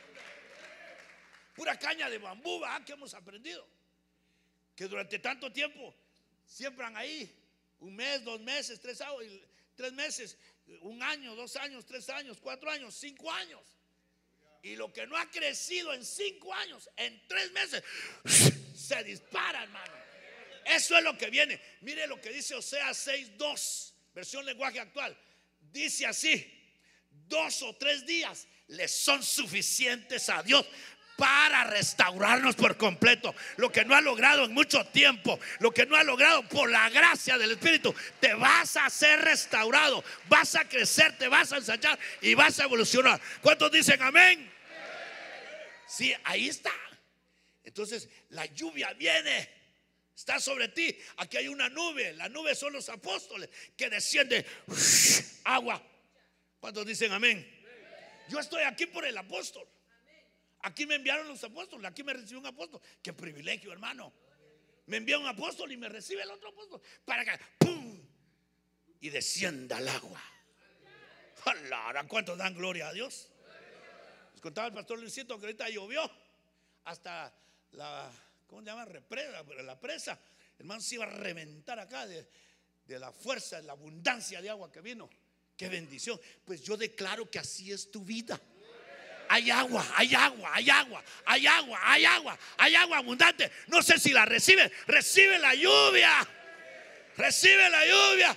Pura caña de bambú, ¿verdad? Que hemos aprendido. Que durante tanto tiempo siembran ahí 1 mes, 2 meses, 3 meses, 1 año, 2 años, 3 años, 4 años, 5 años. Y lo que no ha crecido en 5 años, en 3 meses se dispara, hermano. Eso es lo que viene. Mire lo que dice Oseas 6:2, versión lenguaje actual. Dice así: 2 o 3 días le son suficientes a Dios para restaurarnos por completo. Lo que no ha logrado en mucho tiempo, lo que no ha logrado, por la gracia del Espíritu, te vas a ser restaurado, vas a crecer, te vas a ensanchar y vas a evolucionar. ¿Cuántos dicen amén? Sí, ahí está. Entonces la lluvia viene, está sobre ti. Aquí hay una nube. La nube son los apóstoles que desciende agua. ¿Cuántos dicen amén? Yo estoy aquí por el apóstol. Aquí me enviaron los apóstoles. Aquí me recibió un apóstol. Qué privilegio, hermano. Me envía un apóstol y me recibe el otro apóstol para que ¡pum! Y descienda el agua. ¡Hala! ¿Cuántos dan gloria a Dios? Les contaba el pastor Luisito que ahorita llovió hasta la, ¿cómo se llama? La presa. Hermano, se iba a reventar acá de la fuerza, de la abundancia de agua que vino. ¡Qué bendición! Pues yo declaro que así es tu vida. Hay agua, hay agua, hay agua, hay agua, hay agua, hay agua abundante. No sé si la recibe. Recibe la lluvia. Recibe la lluvia.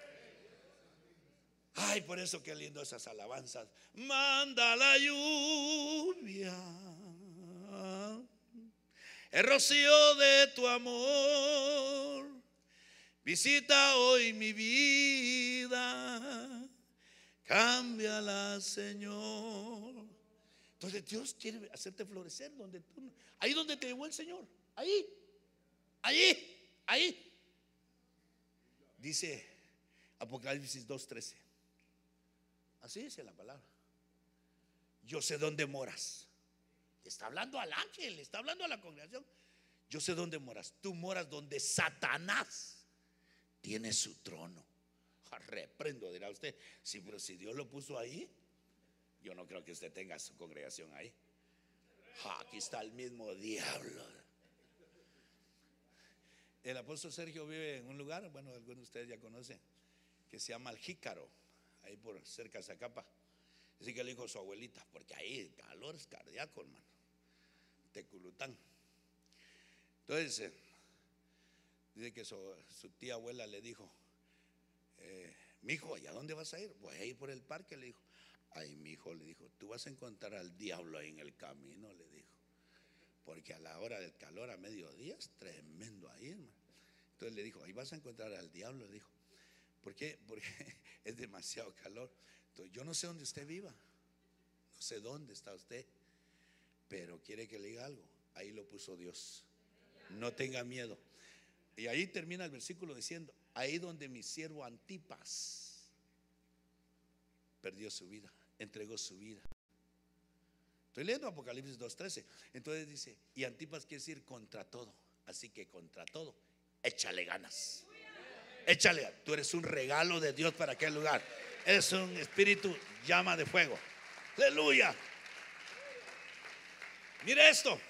Ay, por eso qué lindo esas alabanzas. Manda la lluvia, el rocío de tu amor. Visita hoy mi vida, cámbiala, Señor. Entonces Dios quiere hacerte florecer donde tú, ahí donde te llevó el Señor. Ahí. Dice Apocalipsis 2:13. Así dice la palabra. Yo sé dónde moras. Está hablando al ángel, está hablando a la congregación. Yo sé dónde moras. Tú moras donde Satanás tiene su trono. Reprendo, dirá usted. Sí, pero si Dios lo puso ahí, yo no creo que usted tenga su congregación ahí. Aquí está el mismo diablo. El apóstol Sergio vive en un lugar, bueno, algunos de ustedes ya conocen, que se llama El Jícaro, ahí por cerca de Zacapa. Así que le dijo a su abuelita, porque ahí calor es cardíaco, hermano. Teculután. Entonces dice que su tía abuela le dijo: mijo, ¿y a dónde vas a ir? Voy a ir por el parque, le dijo. Ay, mijo, le dijo, tú vas a encontrar al diablo ahí en el camino, le dijo, porque a la hora del calor, a mediodía, es tremendo ahí, hermano. Entonces le dijo, ahí vas a encontrar al diablo, le dijo. ¿Por qué? Porque es demasiado calor. Entonces, yo no sé dónde usted viva, no sé dónde está usted, pero quiere que le diga algo, ahí lo puso Dios. No tenga miedo. Y ahí termina el versículo diciendo: ahí donde mi siervo Antipas perdió su vida, entregó su vida. Estoy leyendo Apocalipsis 2:13. Entonces dice, y Antipas quiere decir contra todo. Así que contra todo, échale ganas. Échale. Tú eres un regalo de Dios para aquel lugar. Eres un espíritu llama de fuego. Aleluya. Mire esto.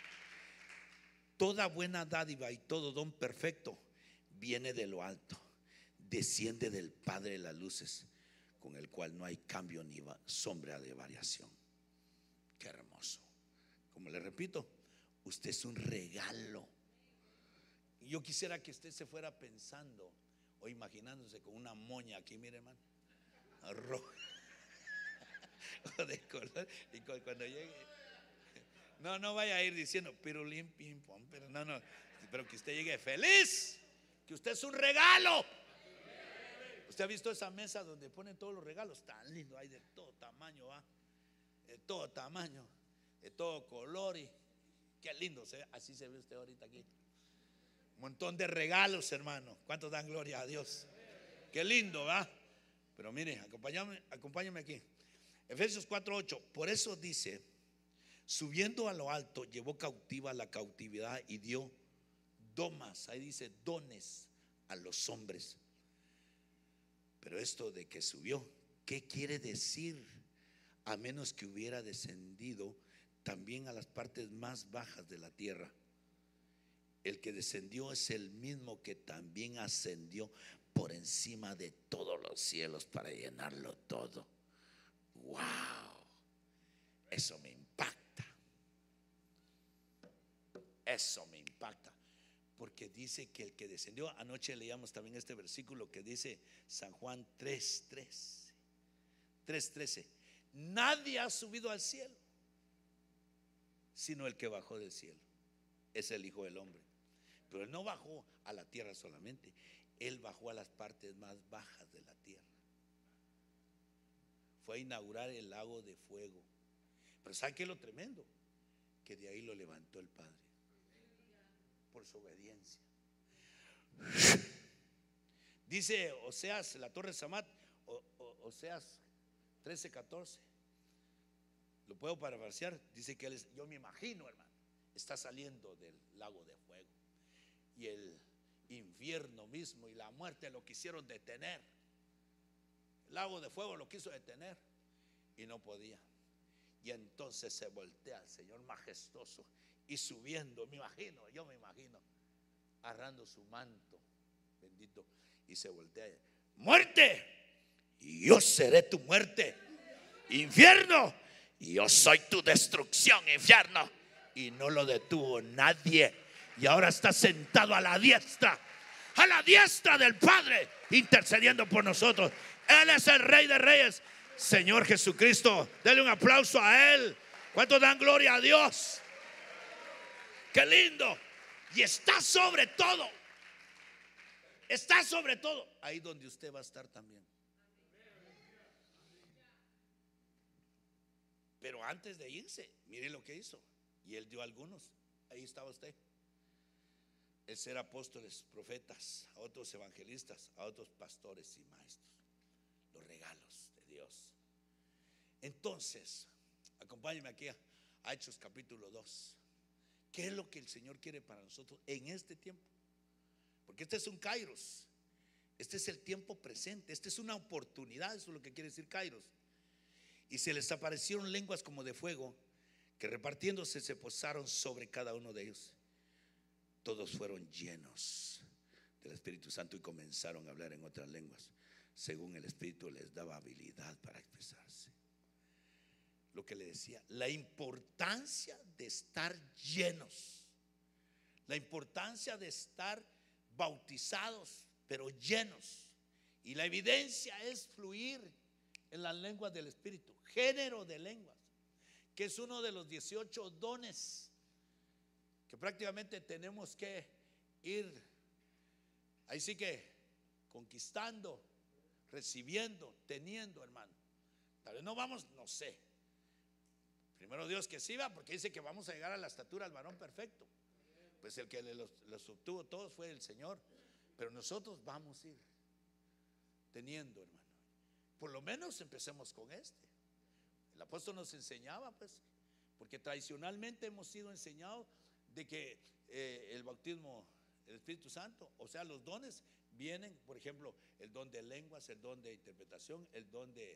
Toda buena dádiva y todo don perfecto viene de lo alto, desciende del Padre de las luces, con el cual no hay cambio ni sombra de variación. Qué hermoso. Como le repito, usted es un regalo. Yo quisiera que usted se fuera pensando o imaginándose con una moña aquí, mire, hermano, roja o de color, y cuando llegue, no vaya a ir diciendo pirulín pim pom, pero no, pero que usted llegue feliz, que usted es un regalo. ¿Usted ha visto esa mesa donde ponen todos los regalos? Tan lindo, hay de todo tamaño, ¿va? De todo tamaño, de todo color, y qué lindo se ve. Así se ve usted ahorita aquí. Un montón de regalos, hermano. ¿Cuántos dan gloria a Dios? Qué lindo, ¿va? Pero mire, acompáñame aquí. Efesios 4:8. Por eso dice: subiendo a lo alto, llevó cautiva la cautividad y dio domas, ahí dice dones, a los hombres. Pero esto de que subió, ¿qué quiere decir? A menos que hubiera descendido también a las partes más bajas de la tierra. El que descendió es el mismo que también ascendió por encima de todos los cielos para llenarlo todo. ¡Wow! Eso me impacta. Eso me impacta. Porque dice que el que descendió, anoche leíamos también este versículo que dice San Juan 3:13. Nadie ha subido al cielo sino el que bajó del cielo, es el Hijo del Hombre. Pero él no bajó a la tierra solamente, él bajó a las partes más bajas de la tierra. Fue a inaugurar el lago de fuego. Pero ¿sabe qué es lo tremendo? Que de ahí lo levantó el Padre por su obediencia. Dice Oseas, la torre Samat, Oseas 13:14. Lo puedo parafrasear. Dice que él yo me imagino, hermano, está saliendo del lago de fuego, y el infierno mismo y la muerte lo quisieron detener. El lago de fuego lo quiso detener y no podía. Y entonces se voltea el Señor majestuoso y subiendo, yo me imagino, agarrando su manto bendito, y se voltea: muerte, y yo seré tu muerte. Infierno, y yo soy tu destrucción, infierno. Y no lo detuvo nadie. Y ahora está sentado a la diestra del Padre, intercediendo por nosotros. Él es el Rey de Reyes, Señor Jesucristo. Dele un aplauso a Él. ¿Cuántos dan gloria a Dios? Qué lindo. Y está sobre todo. Está sobre todo. Ahí donde usted va a estar también. Pero antes de irse, mire lo que hizo. Y Él dio a algunos. Ahí estaba usted. El ser apóstoles, profetas, a otros evangelistas, a otros pastores y maestros. Los regalos de Dios. Entonces, acompáñenme aquí a Hechos capítulo 2. ¿Qué es lo que el Señor quiere para nosotros en este tiempo? Porque este es un kairos. Este es el tiempo presente. Esta es una oportunidad. Eso es lo que quiere decir kairos. Y se les aparecieron lenguas como de fuego, que repartiéndose se posaron sobre cada uno de ellos. Todos fueron llenos del Espíritu Santo y comenzaron a hablar en otras lenguas, según el Espíritu les daba habilidad para expresarse. Lo que le decía, la importancia de estar llenos, la importancia de estar bautizados, pero llenos. Y la evidencia es fluir en las lenguas del Espíritu, género de lenguas, que es uno de los 18 dones que prácticamente tenemos que ir, ahí sí que conquistando, recibiendo, teniendo, hermano. Tal vez no vamos, no sé. Primero Dios que sí va, porque dice que vamos a llegar a la estatura del varón perfecto. Pues el que los obtuvo todos fue el Señor. Pero nosotros vamos a ir teniendo, hermano. Por lo menos empecemos con este. El apóstol nos enseñaba, pues, porque tradicionalmente hemos sido enseñados de que el bautismo, el Espíritu Santo, o sea, los dones vienen, por ejemplo, el don de lenguas, el don de interpretación, el don de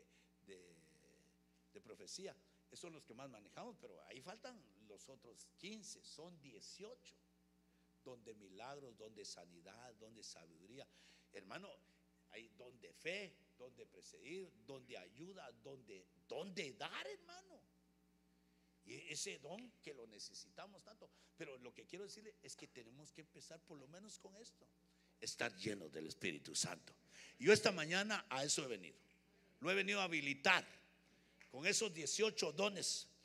profecía. Esos son los que más manejamos, pero ahí faltan los otros 15, son 18. Don de milagros, don de sanidad, don de sabiduría. Hermano, hay don de fe, don de precedir, don de ayuda, don de dar, hermano. Y ese don que lo necesitamos tanto. Pero lo que quiero decirle es que tenemos que empezar por lo menos con esto: estar llenos del Espíritu Santo. Yo esta mañana a eso he venido. Lo he venido a habilitar con esos 18 dones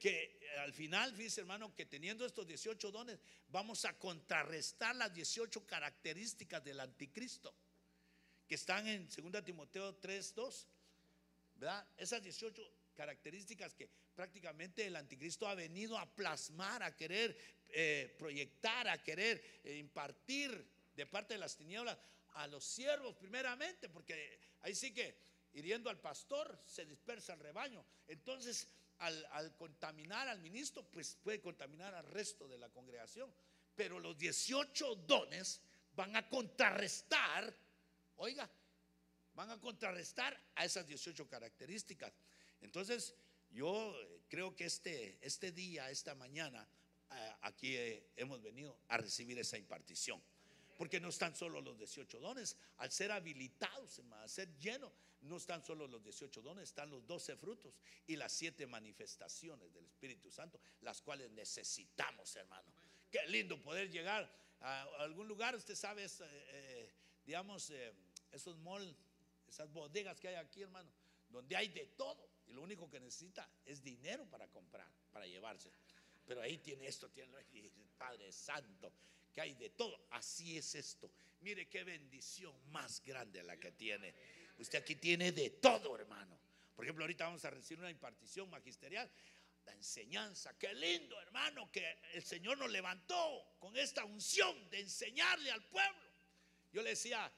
que al final, fíjese hermano, que teniendo estos 18 dones, vamos a contrarrestar las 18 características del anticristo, que están en 2 Timoteo 3:2, ¿verdad? Esas 18 características que prácticamente el anticristo ha venido a plasmar, a querer proyectar, a querer impartir de parte de las tinieblas a los siervos primeramente, porque ahí sí que hiriendo al pastor se dispersa el rebaño. Entonces al contaminar al ministro, pues puede contaminar al resto de la congregación. Pero los 18 dones van a contrarrestar, oiga, van a contrarrestar a esas 18 características. Entonces yo creo que este día, esta mañana, aquí hemos venido a recibir esa impartición. Porque no están solo los 18 dones, al ser habilitados, hermano, al ser llenos, no están solo los 18 dones, están los 12 frutos y las 7 manifestaciones del Espíritu Santo, las cuales necesitamos, hermano. Qué lindo poder llegar a algún lugar. Usted sabe, digamos, esos malls, esas bodegas que hay aquí, hermano, donde hay de todo y lo único que necesita es dinero para comprar, para llevarse. Pero ahí tiene esto, tiene Padre Santo, que hay de todo. Así es esto. Mire qué bendición más grande la que tiene. Usted aquí tiene de todo, hermano. Por ejemplo, ahorita vamos a recibir una impartición magisterial, la enseñanza. Qué lindo, hermano, que el Señor nos levantó con esta unción de enseñarle al pueblo. Yo le decía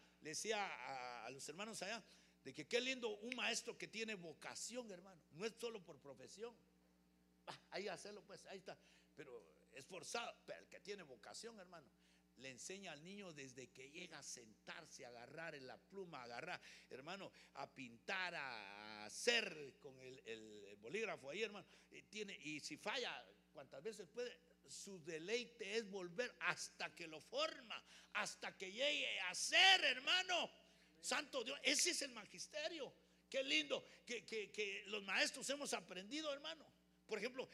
a los hermanos allá de que qué lindo un maestro que tiene vocación, hermano. No es solo por profesión. Ahí hacerlo, pues, ahí está. Pero esforzado, pero el que tiene vocación, hermano, le enseña al niño desde que llega a sentarse, a agarrar en la pluma, a agarrar, hermano, a pintar, a hacer con el bolígrafo ahí, hermano. Y si falla, cuantas veces puede, su deleite es volver hasta que lo forma, hasta que llegue a ser, hermano. Santo Dios, ese es el magisterio. Qué lindo que los maestros hemos aprendido, hermano. Por ejemplo,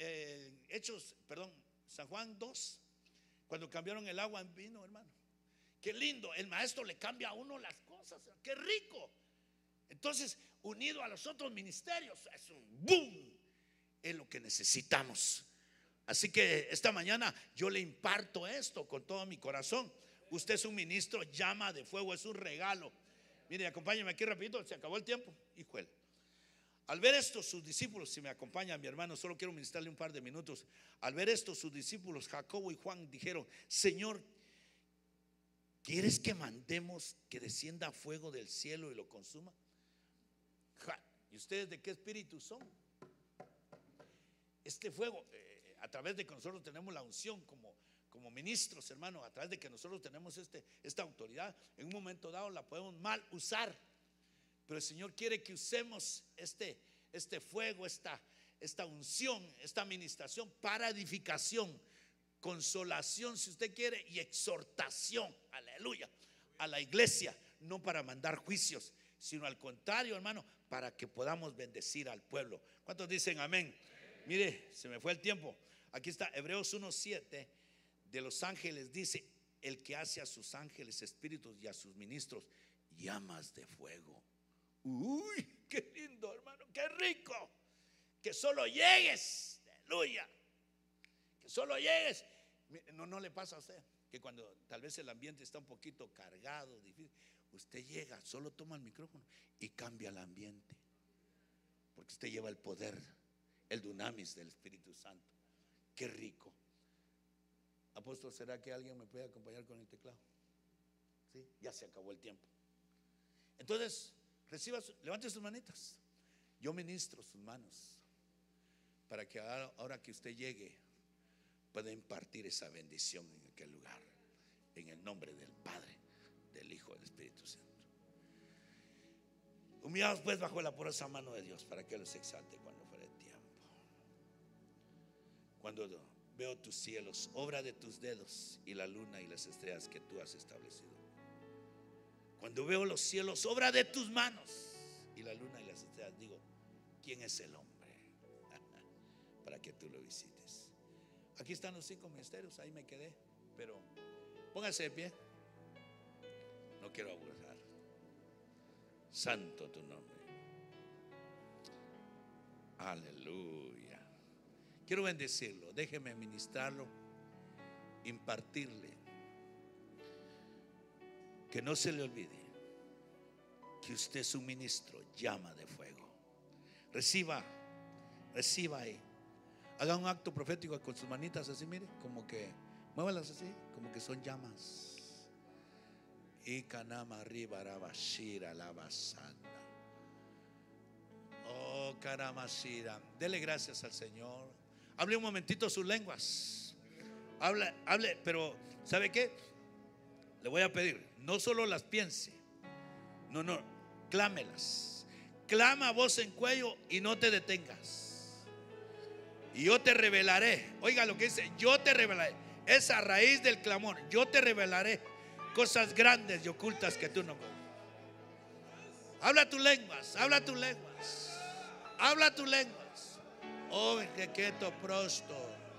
San Juan 2, cuando cambiaron el agua en vino, hermano. Qué lindo, el maestro le cambia a uno las cosas, qué rico. Entonces, unido a los otros ministerios, es un boom, es lo que necesitamos. Así que esta mañana yo le imparto esto con todo mi corazón. Usted es un ministro, llama de fuego, es un regalo. Mire, acompáñeme aquí rapidito, se acabó el tiempo, hijuela. Al ver esto, sus discípulos, si me acompaña mi hermano, solo quiero ministrarle un par de minutos. Al ver esto, sus discípulos, Jacobo y Juan, dijeron: Señor, ¿quieres que mandemos que descienda fuego del cielo y lo consuma? ¿Y ustedes de qué espíritu son? Este fuego, a través de que nosotros tenemos la unción como ministros, hermano, a través de que nosotros tenemos esta autoridad, en un momento dado la podemos mal usar. Pero el Señor quiere que usemos este fuego, esta unción, esta administración para edificación, consolación, si usted quiere, y exhortación, aleluya, a la iglesia, no para mandar juicios, sino al contrario, hermano, para que podamos bendecir al pueblo. ¿Cuántos dicen amén? Mire, se me fue el tiempo. Aquí está Hebreos 1:7 de los ángeles, dice: el que hace a sus ángeles espíritus y a sus ministros llamas de fuego. Uy, qué lindo, hermano, qué rico. Que solo llegues, aleluya. Que solo llegues. No le pasa a usted que cuando tal vez el ambiente está un poquito cargado, difícil, usted llega, solo toma el micrófono y cambia el ambiente, porque usted lleva el poder, el dunamis del Espíritu Santo. Qué rico. Apóstol, ¿será que alguien me puede acompañar con el teclado? Sí, ya se acabó el tiempo. Entonces, levante sus manitas. Yo ministro sus manos para que ahora que usted llegue pueda impartir esa bendición en aquel lugar, en el nombre del Padre, del Hijo y del Espíritu Santo. Humillados pues bajo la poderosa mano de Dios, para que los exalte cuando fuera el tiempo. Cuando veo tus cielos, obra de tus dedos, y la luna y las estrellas que tú has establecido. Cuando veo los cielos, obra de tus manos, y la luna y las estrellas, digo: ¿quién es el hombre? Para que tú lo visites. Aquí están los 5 ministerios, ahí me quedé, pero póngase de pie. No quiero abusar. Santo tu nombre. Aleluya. Quiero bendecirlo, déjeme ministrarlo, impartirle. Que no se le olvide que usted es un ministro, llama de fuego. Reciba ahí. Haga un acto profético con sus manitas así, mire, como que muévalas así, como que son llamas. Y canama arriba, arabashira, lavasanda. Oh, caramashira. Dele gracias al Señor. Hable un momentito sus lenguas. Hable, pero ¿sabe qué? Le voy a pedir, no solo las piense, no, clámelas. Clama a voz en cuello y no te detengas. Y yo te revelaré. Oiga lo que dice, yo te revelaré. Es a raíz del clamor. Yo te revelaré cosas grandes y ocultas que tú no conoces. Habla tus lenguas, habla tus lenguas, habla tus lenguas. Oh, que quieto prosto.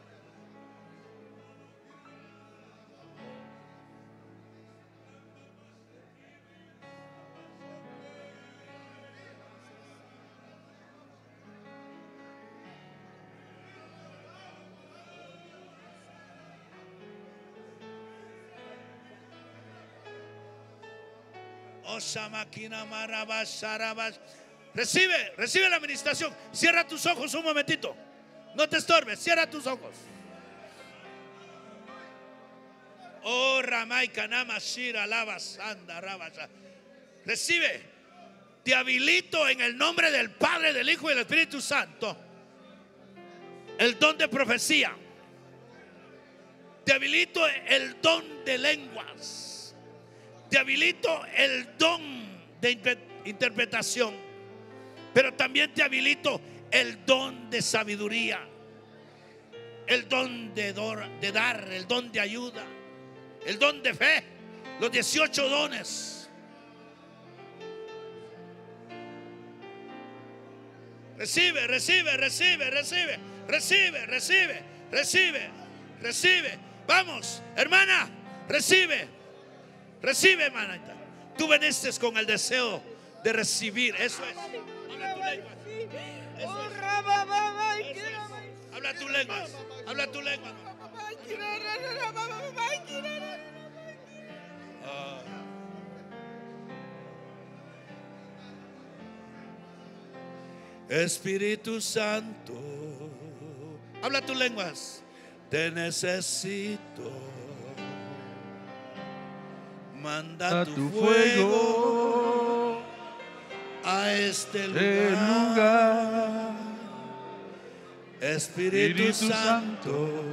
Recibe la administración. Cierra tus ojos un momentito. No te estorbes, cierra tus ojos. Oh, Ramay Kanama Shira Lava Sanda Rabasa. Recibe. Te habilito en el nombre del Padre, del Hijo y del Espíritu Santo el don de profecía. Te habilito el don de lenguas. Te habilito el don de interpretación, pero también te habilito el don de sabiduría, el don de dar, el don de ayuda, el don de fe, los 18 dones. Recibe, recibe, recibe, recibe, recibe, recibe, recibe, recibe. Vamos, hermana, recibe. Recibe, hermana. Tú veniste con el deseo de recibir. Eso es. Habla tu lengua. Habla tu lengua. Espíritu Santo, habla tus lenguas. Te necesito. Manda tu fuego a este lugar. Espíritu Santo,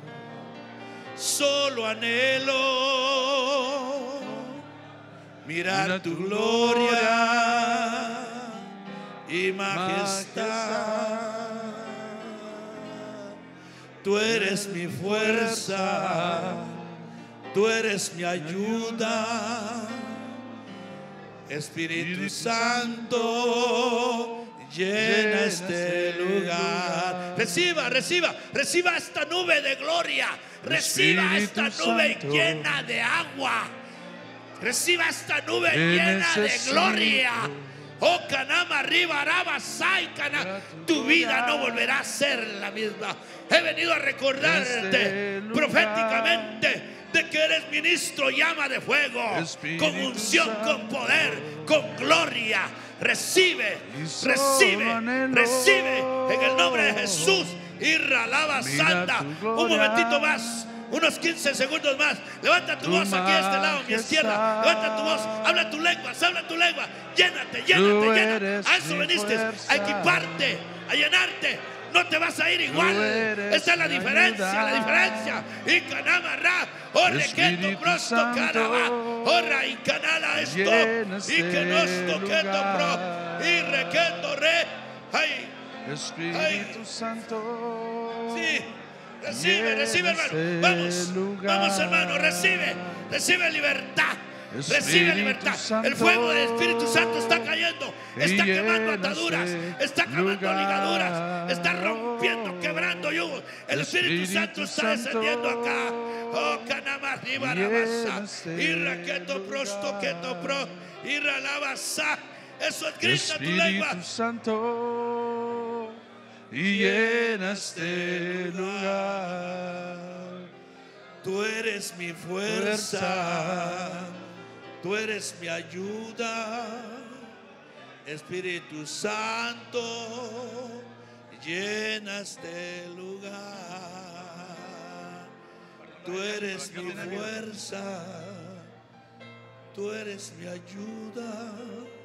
solo anhelo mirar tu gloria y majestad. Tú eres mi fuerza, tú eres mi ayuda. Espíritu Santo, llena este lugar. Reciba, reciba, reciba esta nube de gloria. Reciba esta nube llena de agua. Reciba esta nube llena de gloria. Oh, Canama, arriba, Araba, Saikana. Tu vida no volverá a ser la misma. He venido a recordarte proféticamente de que eres ministro, llama de fuego, con unción, con poder, con gloria. Recibe, recibe, recibe en el nombre de Jesús. Irra, lava, santa. Un momentito más, unos 15 segundos más. Levanta tu voz aquí a este lado, a mi izquierda. Levanta tu voz, habla tu lengua, habla tu lengua. Llénate, llénate, llénate. A eso veniste, a equiparte, a llenarte. No te vas a ir igual. Esa es la diferencia, la diferencia. Y canamarra, o requeto prosto caraba, o raicanala esto, y que nos toqueto pro, y requeto re. Ay, Espíritu Santo. sí, recibe, recibe, hermano. Vamos, vamos, hermano, recibe, recibe libertad. Recibe libertad. El fuego del Espíritu Santo está cayendo. Está quemando ataduras. Está quemando ligaduras. Está rompiendo, quebrando yugos. El Espíritu Santo está descendiendo acá. Oh, canama arriba la basa. Y raqueto prosto queto pro. Y ralabasa. Eso es grita tu lengua. Espíritu Santo. Y llena este lugar. Tú eres mi fuerza, tú eres mi ayuda, Espíritu Santo, llena este lugar. Tú eres mi fuerza, tú eres mi ayuda.